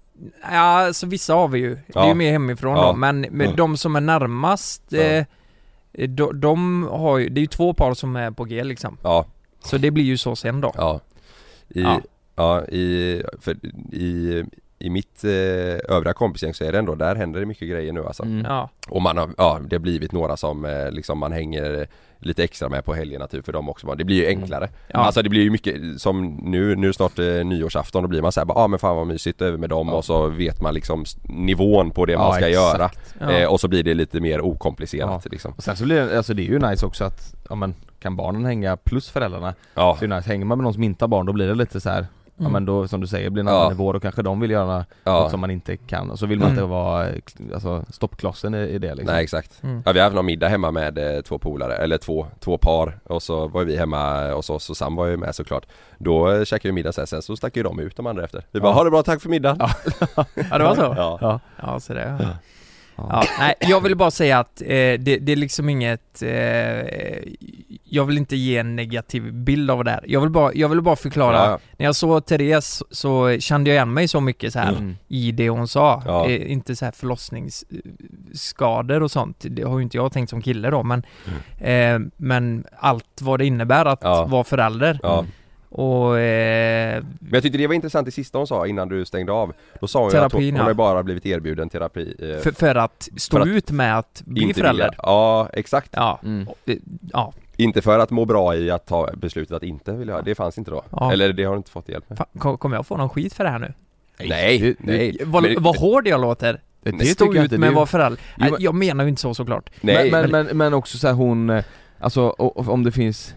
ja, så vissa har vi ju. Det är Ja. ju mer hemifrån Ja. då. Men med Mm. de som är närmast, Ja. eh, de, de har ju, det är ju två par som är på G liksom. Ja. Så det blir ju så sen då. Ja. I, Ja. ja, i, för, i, i mitt eh, övriga kompisgäng så är det ändå, där händer det mycket grejer nu alltså. Mm. Ja. Och man har, ja, det har blivit några som eh, liksom man hänger lite extra med på helgerna typ för dem också. Det blir ju enklare. Ja. Alltså det blir ju mycket som nu, nu är det snart eh, nyårsafton, då blir man såhär, ja ah, men fan vad mysigt över med dem, Ja. och så vet man liksom s- nivån på det Ja, man ska exakt. göra. Ja. Eh, och så blir det lite mer okomplicerat liksom. Och sen så blir det, alltså det är ju nice också att, ja men kan barnen hänga plus föräldrarna, Ja. så är det nice. Hänger man med någon som inte har barn, då blir det lite så här. Ja Mm. men då, som du säger, blir det en Ja. annan nivå, då kanske de vill göra Ja. något som man inte kan, och så vill man Mm. inte vara alltså, stoppklossen i, i det liksom. Nej exakt. Mm. Ja, vi har haft någon middag hemma med eh, två polare, eller två, två par, och så var vi hemma och så, så Sam var ju med såklart. Då eh, käkade vi middag sen, sen så stack ju de ut de andra efter. Vi bara, Ja. ha det bra, tack för middagen. Ja. Ja, det var så? Ja. Ja. Ja, så det. Ja. Ja, nej, jag vill bara säga att eh, det, det är liksom inget, eh, jag vill inte ge en negativ bild av det här. Jag vill bara, jag vill bara förklara, Ja, ja. när jag såg Therese så kände jag igen mig så mycket så här Mm. i det hon sa. Ja. Eh, inte så här förlossningsskador och sånt, det har ju inte jag tänkt som kille då, men, eh, men allt vad det innebär att Ja. vara förälder. Ja. Och eh, Men jag tyckte det var intressant det sista hon sa innan du stängde av. Då sa hon ju att hon, Terapin, hon ja. har ju bara blivit erbjuden terapi eh, för, för att stå för att ut med att bli inte förälder. vilja. Ja, exakt. Ja. Mm. Och, eh, ja. Inte för att må bra i att ta beslutet att inte vilja. Det fanns inte då. Ja. Eller det har du inte fått hjälp med. Fan, kom- kommer jag få någon skit för det här nu? Nej, det- nej. Vad, Men- vad hård jag låter. Det, Det det stå tycker jag ut inte, med det- att vara förälder. Jo, Nej, men- jag menar ju inte så såklart. Nej, men, men, men, men också så här, hon, eh, alltså och, och om det finns,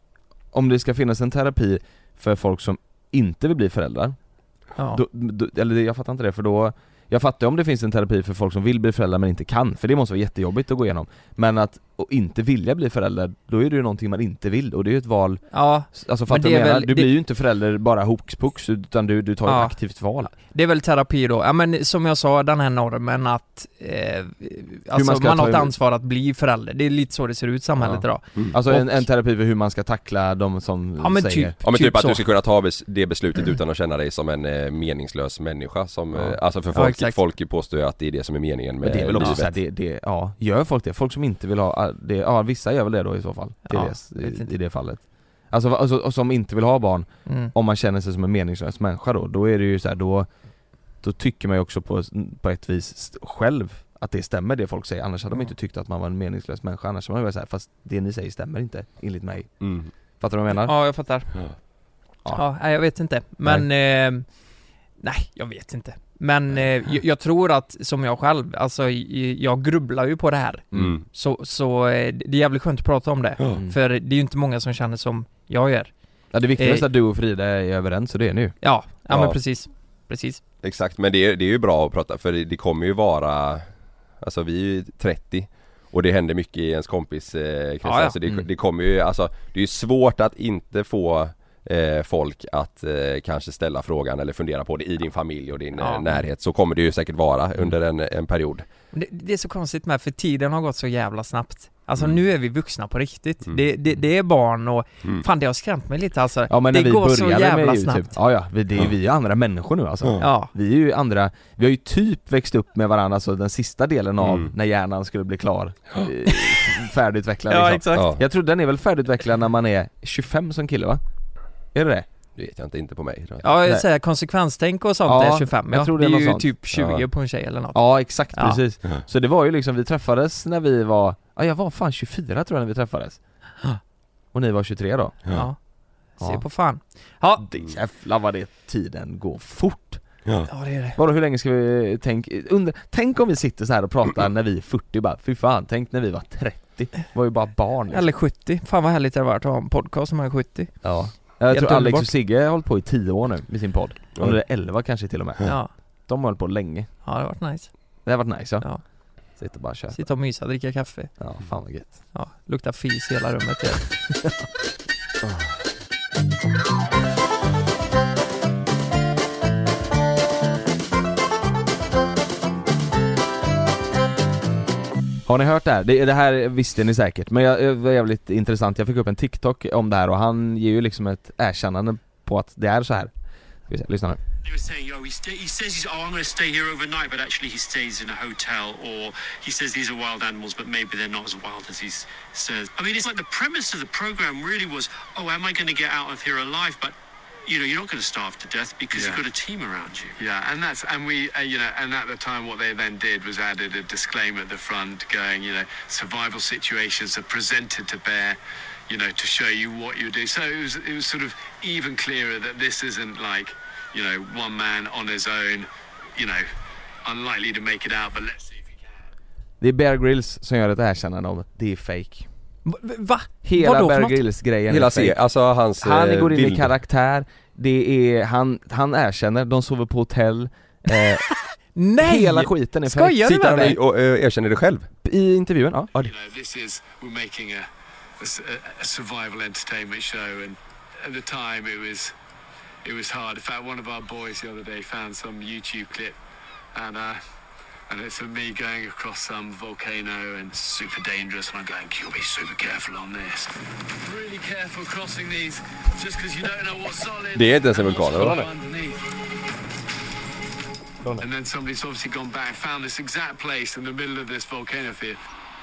om det ska finnas en terapi för folk som inte vill bli föräldrar, Ja. då, då, eller det- jag fattar inte det, för då, jag fattar om det finns en terapi för folk som vill bli föräldrar men inte kan, för det måste vara jättejobbigt att gå igenom. Men att och inte vilja bli förälder, då är det ju någonting man inte vill, och det är ju ett val. Ja, Alltså Men fattar det du är vad jag menar? väl- Du det- blir ju inte förälder bara hokus pokus, utan du, du tar ju Ja. ett aktivt val. det är väl terapi då. Ja, men som jag sa, den här normen att eh, alltså, man man, ska har ta ett emot- ansvar att bli förälder. Det är lite så det ser ut i samhället Ja. idag. Mm. Alltså Och- en, en terapi för hur man ska tackla de som Ja, men säger typ. Ja men typ, att så. du ska kunna ta bes- det beslutet utan att känna dig som en eh, meningslös människa som, Ja. eh, alltså för Ja, folk, exakt. folk påstår ju att det är det som är meningen med Men det är väl också livet. så här, det, det, ja, gör folk det? Folk som inte vill ha det, ja vissa gör väl det då i så fall, till Ja, det, vet i, inte. i det fallet. Alltså, va- alltså och som inte vill ha barn, Mm. om man känner sig som en meningslös människa då, då är det ju så här, då, då tycker man ju också på, på ett vis st- själv att det stämmer det folk säger, annars hade de Ja. inte tyckt att man var en meningslös människa, annars hade man ju varit så här, fast det ni säger stämmer inte, enligt mig. Mm. Fattar du vad jag menar? Ja, jag fattar. Ja. Ja. Ja, nej, jag vet inte. Men, nej, eh, nej jag vet inte. Men eh, jag, jag tror att, som jag själv, alltså i- jag grubblar ju på det här. Mm. Så, så eh, det är jävligt skönt att prata om det. Mm. För det är ju inte många som känner som jag gör. Ja, det viktigaste är Eh, att du och Frida är överens, så det är ni ju. Ja, ja, Ja. men precis. Precis. Exakt, men det är, det är ju bra att prata, för det, det kommer ju vara, alltså vi är ju trettio och det händer mycket i ens kompis eh, krets, Ja, ja. alltså det, Mm. det kommer ju, alltså det är ju svårt att inte få eh, folk att eh, kanske ställa frågan eller fundera på det i din familj och din Ja. eh, närhet, så kommer det ju säkert vara under en, en period. Men Det, det är så konstigt med, för tiden har gått så jävla snabbt. Alltså Mm. nu är vi vuxna på riktigt. Mm. Det, det, det är barn och Mm. fan det har skrämt mig lite alltså. Ja men det när vi går så började jävla med YouTube, snabbt. ja ja, vi, det är, vi är andra människor nu alltså. Ja. Ja. Vi är ju andra, vi har ju typ växt upp med varandra, alltså den sista delen av Mm. när hjärnan skulle bli klar, eh, färdigutvecklad Ja, liksom. exakt. Ja. Jag tror den är väl färdigutvecklad när man är tjugofem som kille va? Är det det? Det vet jag inte, inte på mig. Ja, jag Nej. säger konsekvenstänk och sånt Ja, är tjugofem. jag Ja. tror det det är är ju något sånt. typ tjugo Ja. på en tjej eller något. Ja exakt, Ja. precis. Ja. Så det var ju liksom, vi träffades när vi var, ja jag var fan tjugofyra tror jag när vi träffades. Ja. Och ni var tjugotre då? Ja. Se Ja. på fan. Ja, Det jävlar vad det tiden går fort. Ja. ja det är det. Vadå, hur länge ska vi tänka, under, tänk om vi sitter så här och pratar när vi är fyrtio bara, fy fan, tänk när vi var trettio, var ju bara barn liksom. Eller sjuttio. Fan vad härligt det har varit att ha en podcast som är sjuttio. Ja. Jag Helt tror Alex underbart. och Sigge har hållit på i tio år nu med sin podd. Eller elva kanske till och med. Ja. De har hållit på länge. Ja, det har varit nice. Det har varit nice ja. Ja. lite bara köpa. Sitta och mysa, dricka kaffe. Ja, fan vad gött. Ja, lukta fis i hela rummet. Ja. Har ni hört det här? Det, det här visste ni säkert, men jag, det var jävligt intressant. Jag fick upp en TikTok om det här och han ger ju liksom ett erkännande på att det är så här. Ska vi se, lyssna nu. They were saying, oh, he, sta- he says he's, oh, I'm going to stay here overnight, but actually he stays in a hotel, or he says these are wild animals, but maybe they're not as wild as he says. I mean, it's like the premise of the program really was, oh, am I going to get out of here alive? But you know, you're not going to starve to death because Yeah. you've got a team around you. Yeah, and that's and we uh, you know, and at the time what they then did was added a disclaimer at the front going, you know, survival situations are presented to bear, you know, to show you what you do. So it was it was sort of even clearer that this isn't like, you know, one man on his own, you know, unlikely to make it out, but let's see if he can. Det är Bear Grylls som gör ett erkännande om att det är fake. Va? Hela Vadå för Bear något? Grylls-grejen Hela är fake. se, alltså hans Han eh, går in bild. i karaktär. Det är, han, han erkänner, de sover på hotell. Eh, Nej! Hela skiten är fake. Skojar du Sitter med han mig? och, och eh, erkänner det själv? I intervjun, ja. You know, this is we're making a, a s- a- a survival entertainment show, and at the time it was it was hard. In fact, one of our boys the other day found some YouTube clip, and uh, and it's of me going across some volcano and super dangerous, and I'm going, you'll be super careful on this. Really careful crossing these, just because you don't know what's solid. Det är inte ens en and vulkan, what's eller? underneath. And then somebody's obviously gone back and found this exact place in the middle of this volcano field.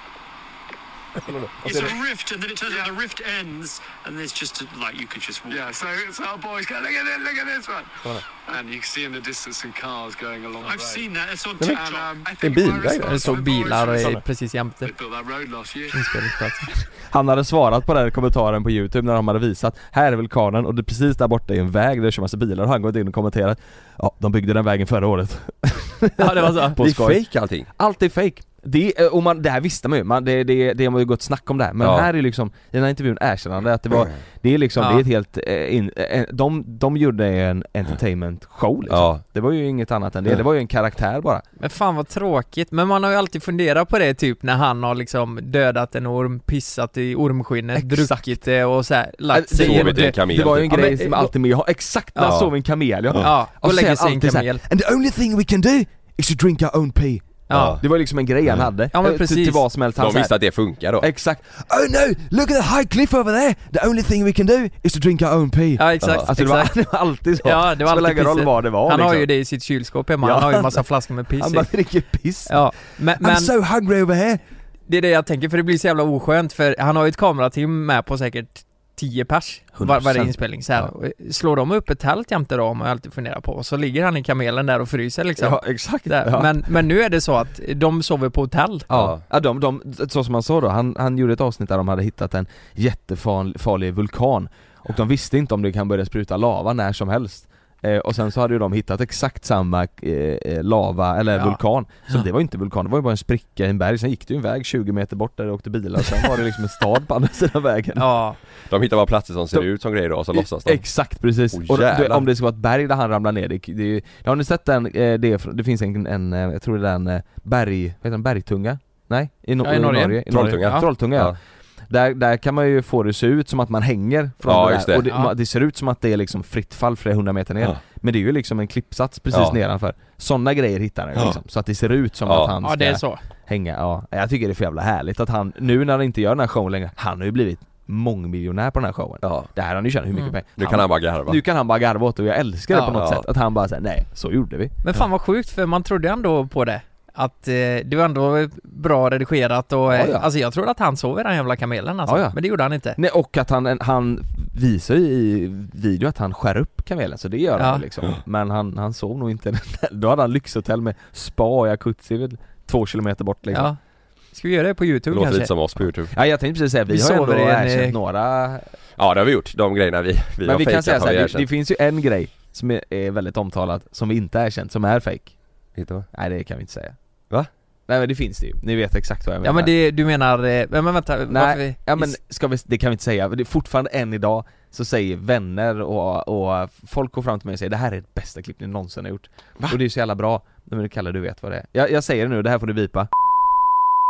It's a rift, and then it turns out the rift ends, and there's just a, like you could just walk. Yeah, so, so our boys go, look at this, look at this one. And you can see in the distance some cars going along the I've road. seen that. It's on And, TikTok. um, I En think bilväg my där. response Det står to the boys bilar was, eh, precis jämte they built that road last year. inspelningsplatsen. Han hade svarat på den här kommentaren på YouTube när de hade visat, här är vulkanen och det precis där borta är en väg där det kör massa bilar, och han gått in och kommenterat, ja, de byggde den vägen förra året. Ja, det var så. På Det är skoj. fake allting. Allt är fake. Det, och man, det här visste man ju, man, det, det, det har ju gått snack om det här. Men Ja. här är liksom, i den här intervjun erkännande att det var, det är liksom, Ja. det är ett helt, eh, in, eh, de, de gjorde en entertainment show liksom. Ja. Det var ju inget annat än det, det var ju en karaktär bara. Men fan vad tråkigt. Men man har ju alltid funderat på det typ när han har liksom dödat en orm, pissat i ormskinnet, Exakt. druckit det och så här, lagt Det- sig Sovit i i en det. kamel. Det var ju en Ja, grej men, som eh, alltid med, exakt när Ja. han sov i en kamel, ja. Ja, och så lägger säger sig i en alltid så här, kamel. and the only thing we can do is to drink our own pee. Ja. Det var liksom en grej han hade. Ja, men Eh, precis. Till, till vad som helst. Han De så här- visste att det funkar då. Exakt. Oh no, look at the high cliff over there. The only thing we can do is to drink our own pee. Ja, exakt. Alltså det var, exakt. det var alltid så. Ja, det var Spelar alltid ingen roll pisset. vad det var Han liksom. har ju det i sitt kylskåp hemma, Ja. han har ju en massa flaskor med piss Han i. bara dricker piss. Ja, men, I'm men so hungry over here. det är det jag tänker, för det blir så jävla oskönt, för han har ju ett kamerateam med på säkert tio pers var, varje inspelning så här. Ja. Slår de upp ett tält jämte då, om jag alltid funderar på, och så ligger han i kamelen där och fryser liksom. Ja, exakt. Där. Ja. Men, men nu är det så att de sover på hotell. Ja, ja de, de, så som han sa då, han, han gjorde ett avsnitt där de hade hittat en jättefarlig vulkan och de visste inte om det kan börja spruta lava när som helst. Eh, och sen så hade ju de hittat exakt samma eh, lava, eller Ja. vulkan. Så Ja. det var inte vulkan, det var ju bara en spricka i en berg. Sen gick det ju en väg tjugo meter bort där det åkte bilar. Sen var det liksom en stad på andra sidan vägen. Ja. De hittar bara platser som ser De- ut som grejer då, och så låtsas de. Exakt, precis. Åh, och det, jävlar. om det ska vara ett berg där han ramlar ner, det, det, är ju- har ni sett den, eh, det, det finns en, en, eh, jag tror det är en eh, berg, vad heter den, bergtunga? Nej, i, no- Ja, i Norge. I Trolltunga. Ja. Trolltunga, ja. Ja. Där, där kan man ju få det se ut som att man hänger från Ja, det just där. det. Och det, Ja. ma- det ser ut som att det är liksom fritt fall flera hundra meter ner. Ja. Men det är ju liksom en klippsats precis Ja. nedanför. Sådana grejer hittar han ju Ja. liksom, så att det ser ut som Ja. att han Ja, ska det är så. hänga. Ja, jag tycker det är för jävla härligt att han, nu när han inte gör den här showen längre, han har ju blivit mångmiljonär på den här showen. Ja. Det här har han ju tjänat hur mycket Mm. pengar. Nu kan han bara garva. Nu kan han bara garva åt det och jag älskar det Ja. på något Ja. sätt. Att han bara säger nej, så gjorde vi. Men fan vad sjukt, för man trodde ändå på det. Att eh, det var ändå bra redigerat och, eh, Ja, ja. alltså jag trodde att han sov i den jävla kamelen alltså. Ja, ja. Men det gjorde han inte. Nej, och att han, han visar ju i video att han skär upp kamelen, så det gör Ja. han liksom. Men han, han sov nog inte. Då hade han lyxhotell med spa och jacuzzi vid två kilometer bort liksom. Ja. Ska vi göra det på Det YouTube låter kanske? lite som oss på YouTube. Ja, jag tänkte precis säga, vi, Vi har ju sover ändå i en, erkänt eh, några. Ja, det har vi gjort. De grejerna vi, vi Men har vi kan fejkat säga har så vi här, det, erkänt. det finns ju en grej som är, är väldigt omtalad, som vi inte erkänt, som är fake. Vet du vad? Nej, det kan vi inte säga. Va? Nej, men det finns det ju. Ni vet exakt vad jag menar. Ja men det, du menar, eh, men vänta, varför Nej, vi, ja men ska vi, det kan vi inte säga. Det är fortfarande än idag så säger vänner och, och folk går fram till mig och säger det här är det bästa klipp ni någonsin har gjort. Va? Och det är så jävla bra. Men Kalle, du vet vad det är. Jag, jag säger det nu, det här får du vipa.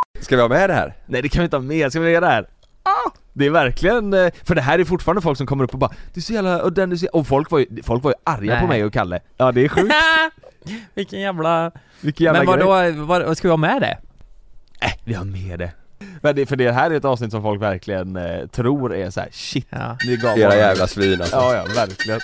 Ska vi ha med det här? Nej, det kan vi inte ha med, ska vi göra det här? Ah, det är verkligen, för det här är fortfarande folk som kommer upp och bara du är så jävla, och den du ser, och folk var ju, folk var ju arga Nej. på mig och Kalle. Ja, det är sjukt. Vilken jävla... Vilken jävla Men vadå, vad, vad ska vi ha med det? Äh, vi har med det. Men det, för det här är ett avsnitt som folk verkligen eh, tror är så här: shit, ja. det gav era jävla svin alltså. Ja, ja, verkligen.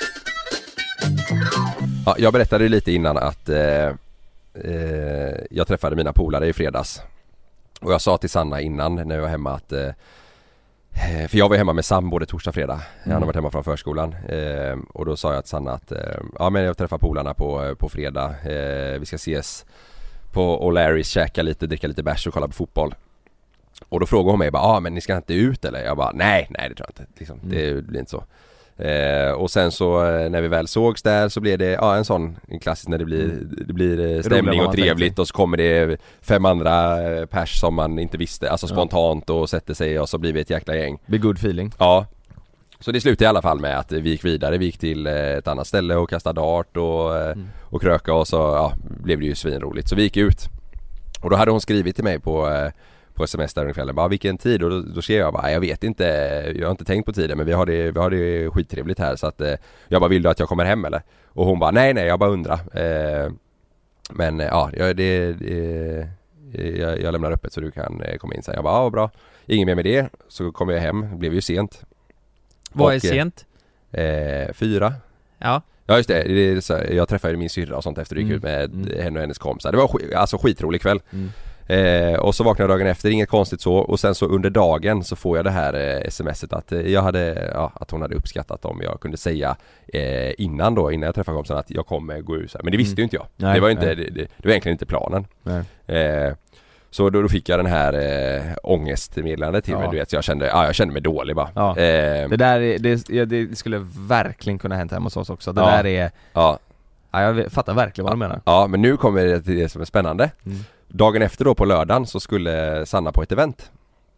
Ja, jag berättade ju lite innan att eh, eh, jag träffade mina polare i fredags. Och jag sa till Sanna innan när jag var hemma att eh, för jag var hemma med Sam både torsdag och fredag. Mm. Han har varit hemma från förskolan. Eh, och då sa jag till Sanna att eh, ja, men jag träffar polarna på, på fredag. Eh, vi ska ses på O'Larrys, käka lite, dricka lite bärs och kolla på fotboll. Och då frågade hon mig bara, ja ah, men ni ska inte ut eller? Jag bara, nej, nej det tror jag inte. Liksom, mm. Det blir inte så. Eh, och sen så när vi väl sågs där så blev det ja, en sån en klassisk när det blir, det blir stämning och trevligt och så kommer det fem andra pers som man inte visste, alltså spontant och sätter sig och så blir vi ett jäkla gäng. Be good feeling. Ja. Så det slutade i alla fall med att vi gick vidare, vi gick till ett annat ställe och kastade dart och, mm. och kröka och så ja, blev det ju svinroligt. Så vi gick ut och då hade hon skrivit till mig på på sms där under kvällen, bara vilken tid, och då, då skrev jag bara, jag vet inte, jag har inte tänkt på tiden, men vi har det, vi har det skittrevligt här så att eh, jag bara, vill du att jag kommer hem eller? Och hon bara, nej nej, jag bara undrar eh, men ja, det, det jag, jag lämnar öppet så du kan eh, komma in sen. Jag bara, ja bra, ingen mer med det, så kom jag hem, det blev ju sent. Vad är sent? Eh, fyra. Ja. Ja just det, det är så, jag träffade min syrra och sånt efter det gick ut med mm. henne och hennes kompisar. Det var sk- alltså skitrolig kväll. Mm. Eh, och så vaknade jag dagen efter, inget konstigt så. Och sen så under dagen så får jag det här eh, smset att eh, jag hade, ja, att hon hade uppskattat om jag kunde säga eh, innan då, innan jag träffade kompisen att jag kommer gå ut så här. Men det visste mm. ju inte jag. Nej, det var inte, det, det, det var egentligen inte planen. Eh, så då, då fick jag den här eh, ångestmeddelandet till ja. mig, du vet, så jag kände, ja, jag kände mig dålig bara. Ja. Eh, det där är, det, det skulle verkligen kunna hända hemma hos oss också. Det ja. där är, ja. ja, jag fattar verkligen vad du menar. Ja, men nu kommer det till det som är spännande. Mm. Dagen efter då på lördagen så skulle Sanna på ett event.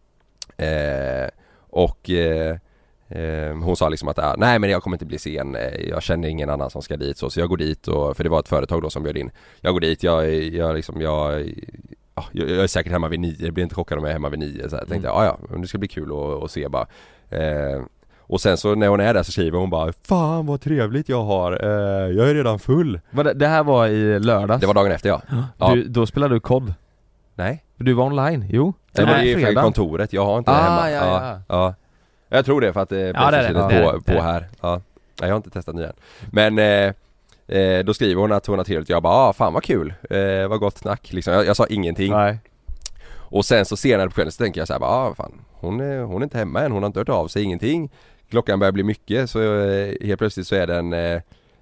Eh, och eh, eh, hon sa liksom att ah, nej men jag kommer inte bli sen. Jag känner ingen annan som ska dit så, så jag går dit och, för det var ett företag då som bjöd in. Jag går dit, jag, jag liksom jag, ja, jag är säkert hemma vid nio. Jag blir inte chockad om jag är hemma vid nio så jag tänkte mm. ja ja, det ska bli kul att, att se bara. Eh, Och sen så när hon är där så skriver hon bara, fan vad trevligt jag har, eh, jag är redan full. Det, det här var i lördags? Det var dagen efter, ja. ja. Du, då spelade du kod? Nej. Du var online? Jo. Det var i fredag. Kontoret, jag har inte ah, det hemma. Ja, ja. Ja. Ja. Jag tror det för att det ja, är ja, på, på här. Ja. Jag har inte testat nya än. Men eh, eh, då skriver hon att hon har trevligt. Jag bara, ah, fan vad kul, eh, vad gott snack liksom. jag, jag sa ingenting. Nej. Och sen så senare på kvällen så tänker jag så här, ah, fan, hon är, hon är inte hemma än, hon har inte hört av sig, ingenting. Klockan börjar bli mycket så eh, helt plötsligt så är den eh,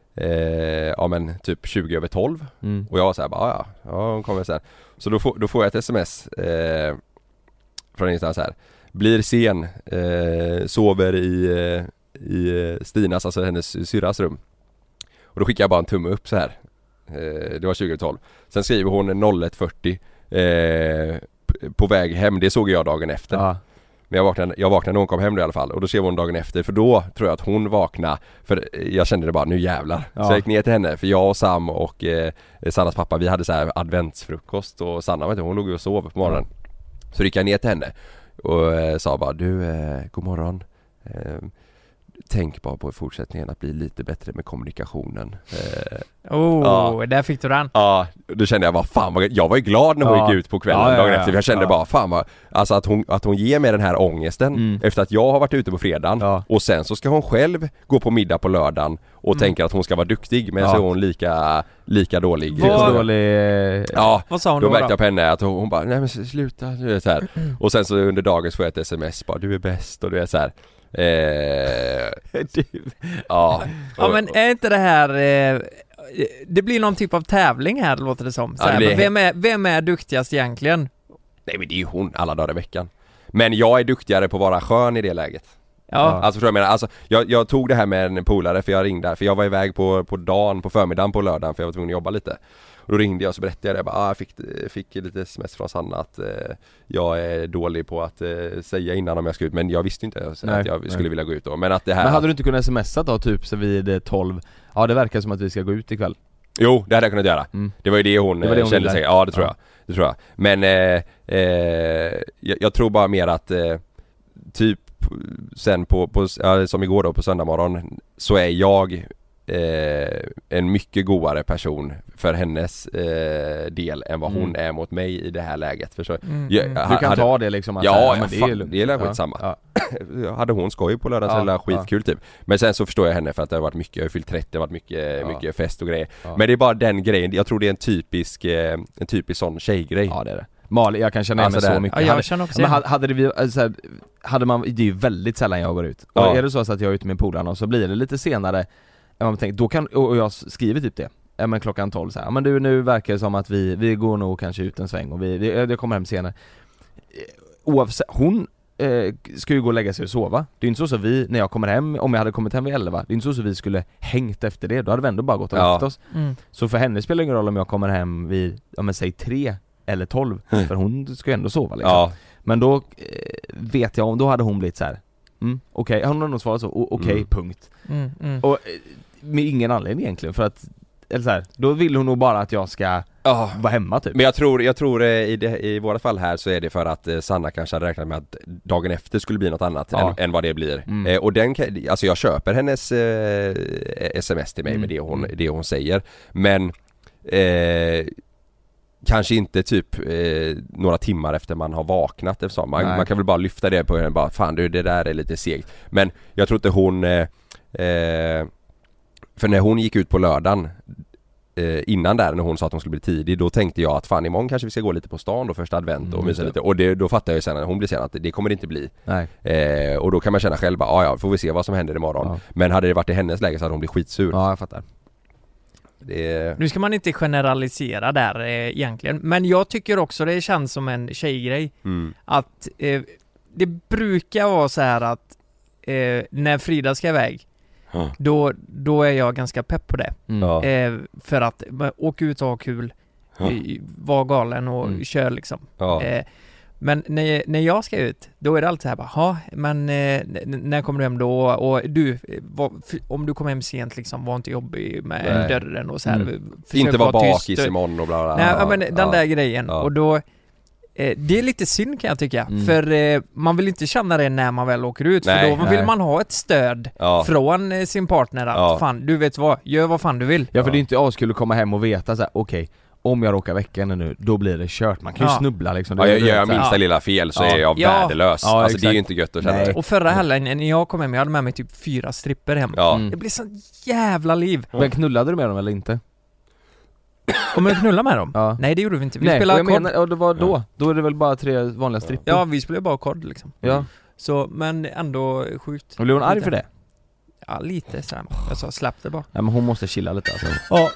eh, ja men typ tjugo över tolv mm. och jag var så här bara ja, ja hon kommer sen. Så då får, då får jag ett sms eh, från ingenstans här. Blir sen, eh, sover i, eh, i Stinas, alltså hennes syrras rum. Och då skickar jag bara en tumme upp så här. Eh, det var tjugo över tolv. Sen skriver hon noll ett fyrtio eh, på väg hem, det såg jag dagen efter. Ja. Men jag vaknade, jag vaknade när hon kom hem då i alla fall. Och då skrev hon dagen efter. För då tror jag att hon vaknade. För jag kände det bara, nu jävlar. Ja. Så jag gick ner till henne. För jag och Sam och eh, Sannas pappa, vi hade så här adventsfrukost. Och Sanna, vet du, hon låg och sov på morgonen. Ja. Så gick jag ner till henne. Och eh, sa bara, du, eh, god morgon. Eh, tänk bara på i fortsättningen att bli lite bättre med kommunikationen. Eh, oh, ja. Där fick du den. Ja, då kände jag bara, fan vad, jag var ju glad när hon ja. gick ut på kvällen ja, ja, dagen ja, efter. Jag kände ja. bara, fan vad, alltså att hon, att hon ger mig den här ångesten mm. efter att jag har varit ute på fredagen ja. och sen så ska hon själv gå på middag på lördagen och mm. tänker att hon ska vara duktig, men ja. så är hon lika, lika dålig. Vad dålig? Ja, vad sa hon då? Då märkte jag på henne att hon, hon bara, nej men sluta, du vet så här. Mm. Och sen så under dagen så får jag ett sms bara, du är bäst, och du är så här. Eh, ja. Ja, men är inte det här eh, det blir någon typ av tävling här, låter det som. Så ja, det blir... här, vem, är, vem är duktigast egentligen? Nej men det är ju hon alla dagar i veckan. Men jag är duktigare på att vara skön i det läget. Ja. Alltså tror jag menar, alltså, jag, jag tog det här med en polare för jag ringde, för jag var iväg på, på dagen, på förmiddagen på lördagen för jag var tvungen att jobba lite. Och då ringde jag och så berättade jag det, bara, ah, jag fick, fick lite sms från Sanna att eh, jag är dålig på att eh, säga innan om jag ska ut, men jag visste inte att nej, jag skulle nej. vilja gå ut då. Men att det här... Men hade du inte kunnat smsa då typ så vid tolv, ja det verkar som att vi ska gå ut ikväll. Jo, det hade jag kunnat göra. Mm. Det var ju det hon, det det hon kände sig. Ja, det tror ja. jag. Det tror jag. Men eh, eh, jag, jag tror bara mer att eh, typ sen på, på ja, som igår då på söndag morgon så är jag eh, en mycket godare person för hennes eh, del än vad hon mm. är mot mig i det här läget. För så, mm. jag, du kan hade, ta det liksom att ja, säga, ja, men det är, det är ja, skitsamma. Ja. Hade hon skoj på lördagen så ja, skitkul ja. typ. Men sen så förstår jag henne för att det har varit mycket, jag har fyllt trettio, det har varit mycket, ja. mycket fest och grejer. Ja. Men det är bara den grejen, jag tror det är en typisk eh, en typisk sån tjejgrej. Ja, det är det. Malin, jag kan känna igen alltså mig så mycket. Ja, jag hade, känner också men hade, hade, det, alltså, hade man, det är ju väldigt sällan jag går ut. Och ja. är det så att jag är ute med polarna och så blir det lite senare än man tänkt, då kan, och jag skriver typ det. Ja, men klockan tolv så här. Men du, nu verkar det som att vi, vi går nog kanske ut en sväng och vi, vi jag kommer hem senare. Oavsett, hon eh, ska ju gå och lägga sig och sova. Det är inte så att vi, när jag kommer hem, om jag hade kommit hem vid elva, det är inte så att vi skulle hängt efter det. Då hade vi ändå bara gått och lagt ja. oss. Mm. Så för henne spelar det ingen roll om jag kommer hem vid, ja men säg tre eller tolv, mm. för hon ska ju ändå sova liksom. Ja. Men då eh, vet jag om, då hade hon blivit så här. Mm, okej, okay. Hon har nog svarat så, okej, okay, mm. punkt. Mm, mm. Och med ingen anledning egentligen, för att eller så här, då vill hon nog bara att jag ska oh. vara hemma typ. Men jag tror, jag tror i, det, i våra fall här så är det för att eh, Sanna kanske hade räknat med att dagen efter skulle bli något annat ja. än, än vad det blir. Mm. Eh, och den, alltså jag köper hennes eh, sms till mig mm. med det hon, det hon säger. Men eh, kanske inte typ eh, några timmar efter man har vaknat eftersom. Man, man kan väl bara lyfta det på henne, bara fan du, det där är lite segt. Men jag tror inte hon eh, eh, för när hon gick ut på lördagen eh, innan där när hon sa att hon skulle bli tidig, då tänkte jag att fan imorgon kanske vi ska gå lite på stan då första advent och mm, mysa lite. Och det, då fattar jag ju sen när hon blir sen att det kommer det inte bli. Nej. Eh, och då kan man känna själv bara, ja får vi se vad som händer imorgon. Ja. Men hade det varit i hennes läge så hade hon blivit skitsur. Ja, jag fattar. Det... Nu ska man inte generalisera där eh, egentligen. Men jag tycker också det känns som en tjejgrej. Mm. Att eh, det brukar vara så här att eh, när Frida ska iväg mm. då, då är jag ganska pepp på det. Mm. Eh, för att åka ut och ha kul, mm. vara galen och mm. kör liksom. Ja. Eh, men när, när jag ska ut, då är det alltid så här bara, ja, men eh, när kommer du hem då? Och du, var, om du kommer hem sent liksom, var inte jobbig med Nej. dörren och så här. Mm. Inte vara bakis imorgon och bla bla. Nej, ja, men den ja. där grejen. Ja. Och då, eh, det är lite synd kan jag tycka. Mm. För eh, man vill inte känna det när man väl åker ut. Nej, för då nej. vill man ha ett stöd ja. från eh, sin partner att, ja. fan, du vet vad, gör vad fan du vill. Ja, för ja. det är inte askul att komma hem och veta så här, okej. Okay. Om jag råkar väcka henne nu, då blir det kört. Man kan ju ja. snubbla liksom. Ja, jag gör jag minsta ja. lilla fel så ja. är jag ja. värdelös. Ja, alltså exakt. Det är ju inte gött att känna det. Och förra helgen när jag kom hem, jag hade med mig typ fyra stripper hem. Ja. Mm. Det blir sånt jävla liv. Men knullade du med dem eller inte? Om jag knullade med dem? Ja. Nej, det gjorde vi inte. Vi spelade kod. Menar, och det var då. Ja. Då är det väl bara tre vanliga stripper. Ja, vi spelade bara kod liksom. Ja. Så, men ändå sjukt. Och blev hon arg för det? Ja, lite så här. Jag sa, släpp det bara. Ja, men hon måste chilla lite alltså. Ja.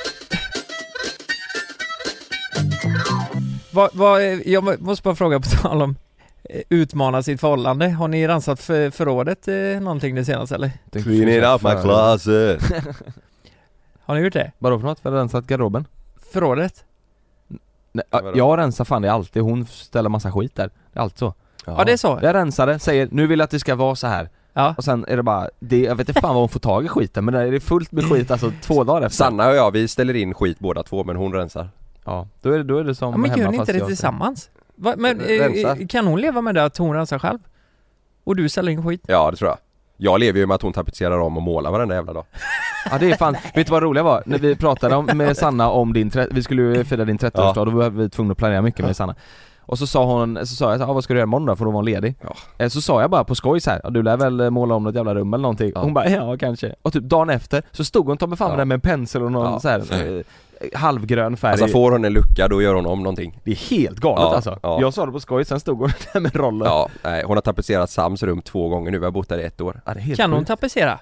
Vad, vad, jag måste bara fråga på tal om utmana sitt förhållande. Har ni rensat för, förrådet eh, någonting det senaste eller? Clean it up my closet. Har ni gjort det? Vadå för något? För rensat garderoben? Förrådet? Nej, jag rensar fan det alltid. Hon ställer massa skit där. Det är allt så. Ja, ja det är så. Jag rensar det, säger nu vill jag att det ska vara så här. Ja. Och sen är det bara, det, jag vet inte fan vad hon får tag i skiten, men det är fullt med skit alltså två dagar efter. Sanna och jag, vi ställer in skit båda två, men hon rensar. Ja, då är det, då är det som ja, men hemma. Men gör ni inte det tillsammans? Va, men eh, kan hon leva med det att hon rensar själv? Och du ställer in skit? Ja, det tror jag. Jag lever ju med att hon tapetserar om och målar varenda jävla dag. Ja, det är fan. Vet du vad roliga var? När vi pratade om, med Sanna om din, vi skulle ju fira din trettioårsdag, ja. Då var vi tvungna att planera mycket med Sanna. Och så sa hon, så sa jag, ah, vad ska du göra imorgon då? För då var hon ledig. Ja. Så sa jag bara på skoj så här, du lär väl måla om något jävla rum eller någonting. Ja. Hon bara, ja kanske. Och typ dagen efter så stod hon ta med fan ja. med en pensel och någon ja. så här eh, halvgrön färg. Alltså får hon en lucka då gör hon om någonting. Det är helt galet ja. alltså. Ja. Jag sa det på skoj, sen stod hon där med rollen. Ja, nej, hon har tapetserat Sams rum två gånger nu, vi har bott där i ett år. Ja, det är helt kan sjukt. Hon tapetsera?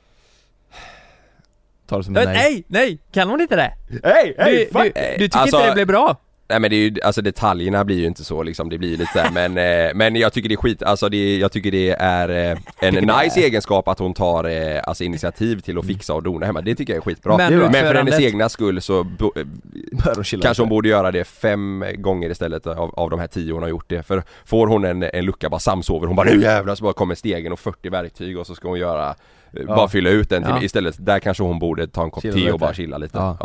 Ta det som nej. nej, nej, kan hon inte det? Hej, hej, du, du, du tycker alltså, inte det blir bra? Nej men det är ju, alltså detaljerna blir ju inte så liksom, det blir lite där, men, eh, men jag tycker det är skit, alltså det, jag tycker det är eh, en nice egenskap att hon tar eh, alltså initiativ till att fixa och dona hemma, det tycker jag är skitbra. Men, men för hennes egna skull så bo, eh, kanske hon borde göra det fem gånger istället av, av de här tio hon har gjort det, för får hon en, en lucka, bara samsover, hon bara nu jävlar, så bara kommer stegen och fyrtio verktyg och så ska hon göra, ja. bara fylla ut den till, ja. istället, där kanske hon borde ta en kopp te och bara chilla lite. Ja. Ja.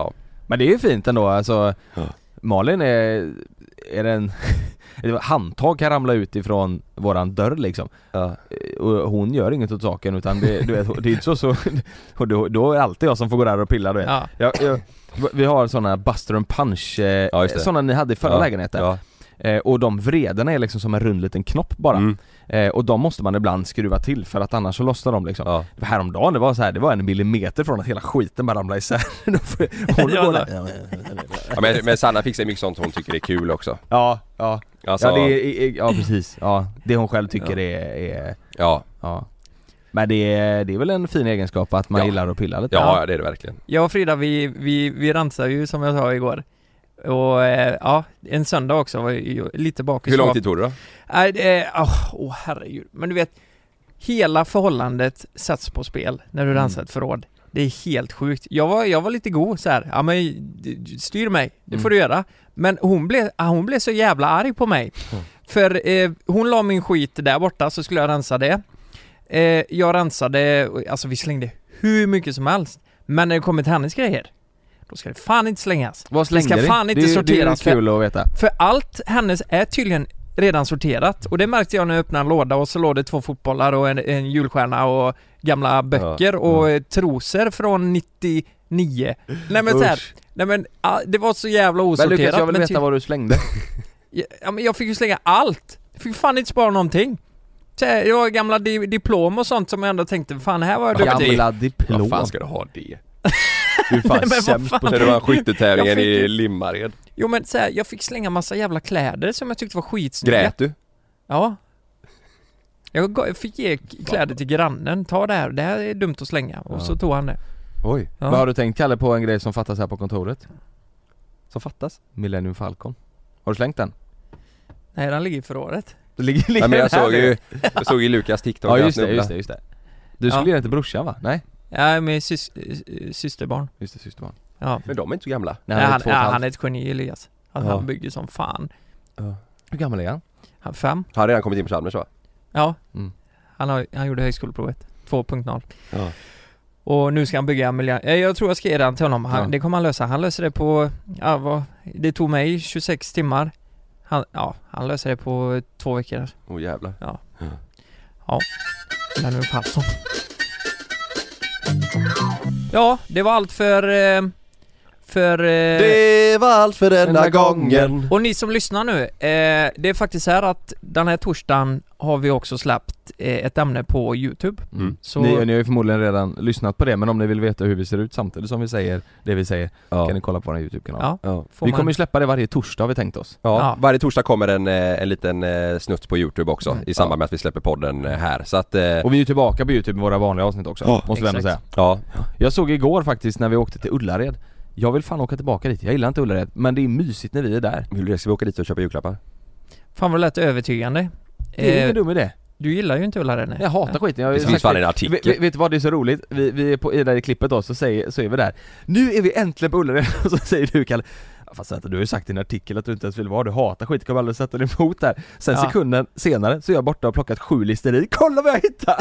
Men det är ju fint ändå, alltså ja. Malin är, är en handtag kan ramla ut ifrån våran dörr liksom. Ja. Och hon gör inget åt saken, utan det, du vet, det är inte så, så och då, då är det alltid jag som får gå där och pilla, du vet. Ja. Jag, jag, vi har såna Buster and Punch, eh, ja, såna ni hade i förra ja. lägenheten. Ja. Eh, och de vrederna är liksom som en rund liten knopp bara. Mm. Eh, och de måste man ibland skruva till, för att annars så lossnar de liksom. Ja. Häromdagen, det var så här, det var en millimeter från att hela skiten bara ramlade isär. Hon ja, ja, men, men Sanna fixar mycket sånt hon tycker är kul också. Ja, ja. Alltså, ja, det är, ja precis. Ja, det hon själv tycker ja. är, är ja. ja. Men det är, det är väl en fin egenskap att man ja. gillar att pilla lite. Ja, ja, det är det verkligen. Jag och Frida, vi, vi, vi rensar ju som jag sa igår. Och eh, ja, en söndag också var ju lite bakis. Hur lång tid tog det då? Nej, det är, åh, åh herregud. Men du vet, hela förhållandet sätts på spel när du rensar ett förråd. Det är helt sjukt. Jag var, jag var lite god så här. Ja, men styr mig, det får mm. du göra. Men hon blev, hon blev så jävla arg på mig. Mm. För eh, hon la min skit där borta, så skulle jag rensa det. Eh, jag rensade, alltså vi slängde hur mycket som helst. Men när det kommer till hennes grejer, då ska det fan inte slängas. Vad slängde det ska fan inte det, sorteras. Det är kul för, att veta. För allt hennes är tydligen redan sorterat. Och det märkte jag när jag öppnade en låda, och så låg det två fotbollar och en, en julstjärna och gamla böcker ja, och ja. trosor från nittionio. Nej men så här, nej men det var så jävla osorterat. Men Lukas, jag vill veta ty- vad du slängde. Ja, men jag fick ju slänga allt. Jag fick fan inte spara någonting. Så här, jag har gamla di- diplom och sånt som jag ändå tänkte, fan här var jag duktig. Gamla diplom. Vad fan ska du ha det? Du är fan sämst på det. Det var skyttetävlingen fick... i Limmared. Jo men så här, jag fick slänga massa jävla kläder som jag tyckte var skitsnygga. Grät du? Ja. Jag fick ge kläder till grannen. Ta det här, det här är dumt att slänga. Och ja. så tog han det. Oj. Ja. Vad har du tänkt, Kalle, på en grej som fattas här på kontoret? Som fattas? Millennium Falcon. Har du slängt den? Nej, den ligger för året. Det ligger, ligger ja, men jag såg ju jag såg ju Lukas TikTok. Ja, just det, just det, just det. Du skulle ja. ge den till brorsan, va? Nej? Ja, med sys- systerbarn. Just det, systerbarn. Ja. Men de är inte så gamla. Nej, han, ja, han är ett geni, Elias. Alltså, ja. Han bygger som fan. Ja. Hur gammal är han? Han fem. Han har redan kommit in på Chalmers, va? Ja. Mm. Han, har, han gjorde högskoleprovet två punkt noll. Ja. Och nu ska han bygga en miljard. Jag tror jag ska ge den till honom. Han, ja. Det kommer han lösa. Han löser det på... Ja, vad, det tog mig tjugosex timmar. Han, ja, han löser det på två veckor. Åh oh, jävlar. Ja. Ja. Ja. Men nu Palsson. Ja, det var allt för... Eh, för... Eh, det var allt för denna, denna gången. gången. Och ni som lyssnar nu, eh, det är faktiskt så här att den här torsdagen har vi också släppt eh, ett ämne på YouTube. Mm. Så... Ni, ni har ju förmodligen redan lyssnat på det, men om ni vill veta hur vi ser ut samtidigt som vi säger det vi säger, ja. kan ni kolla på vår YouTube-kanal. Ja. Ja. Vi kommer ju släppa det varje torsdag, har vi tänkt oss. Ja, ja. Varje torsdag kommer en, en liten snutt på YouTube också, mm. i samband med att vi släpper podden här. Så att, eh... Och vi är ju tillbaka på YouTube med våra vanliga avsnitt också, ja. måste vi ändå säga. Ja. Jag såg igår faktiskt när vi åkte till Ullared. Jag vill fan åka tillbaka dit, jag gillar inte Ullared, men det är mysigt när vi är där. Hur ska vi åka dit och köpa julklappar? Fan vad lätt övertygande. Det är eh, ingen dum idé. Du gillar ju inte Ullared. Jag hatar skiten. Jag, det finns fan en artikel. Vet, vet du vad det är så roligt? Vi, vi är på, i det där klippet då, så, säger, så är vi där. Nu är vi äntligen på Ullared. Och så säger du, Kalle, fast du har ju sagt i en artikel att du inte ens vill vara, du hatar skit, kan aldrig sätta dig emot där. Sen ja. sekunden senare så är jag borta och plockat sju lister i. Kolla vad jag hittar!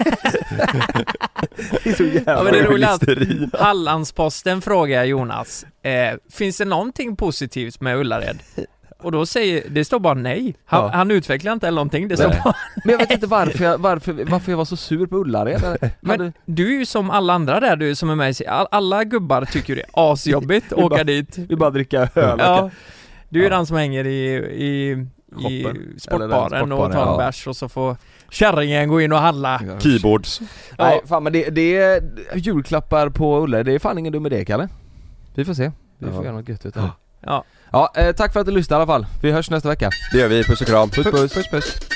Det är så jävla ja, men det är roligt. Hallandsposten frågar Jonas, eh, finns det någonting positivt med Ullared? Och då säger, det står bara nej. Han, ja. han utvecklar inte eller någonting, det står bara men jag vet inte varför jag, varför, varför jag var så sur på Ullared. Men du... du är ju som alla andra där, du som är med i, all, alla gubbar tycker det är asjobbigt att åka bara, dit. Vi bara dricka öl. Ja. Du är ju ja. den som hänger i, i, i sportbaren och tar en ja. bärs och så får kärringen gå in och handla. Ja. Keyboards. Ja. Nej, fan, men det, det är julklappar på Ullared, det är fan ingen dum idé, Kalle. Vi får se. Vi får ja. göra något gött ut. Ja. Ja, eh, tack för att du lyssnade i alla fall. Vi hörs nästa vecka. Det gör vi, puss och kram. Puss, puss, puss, puss.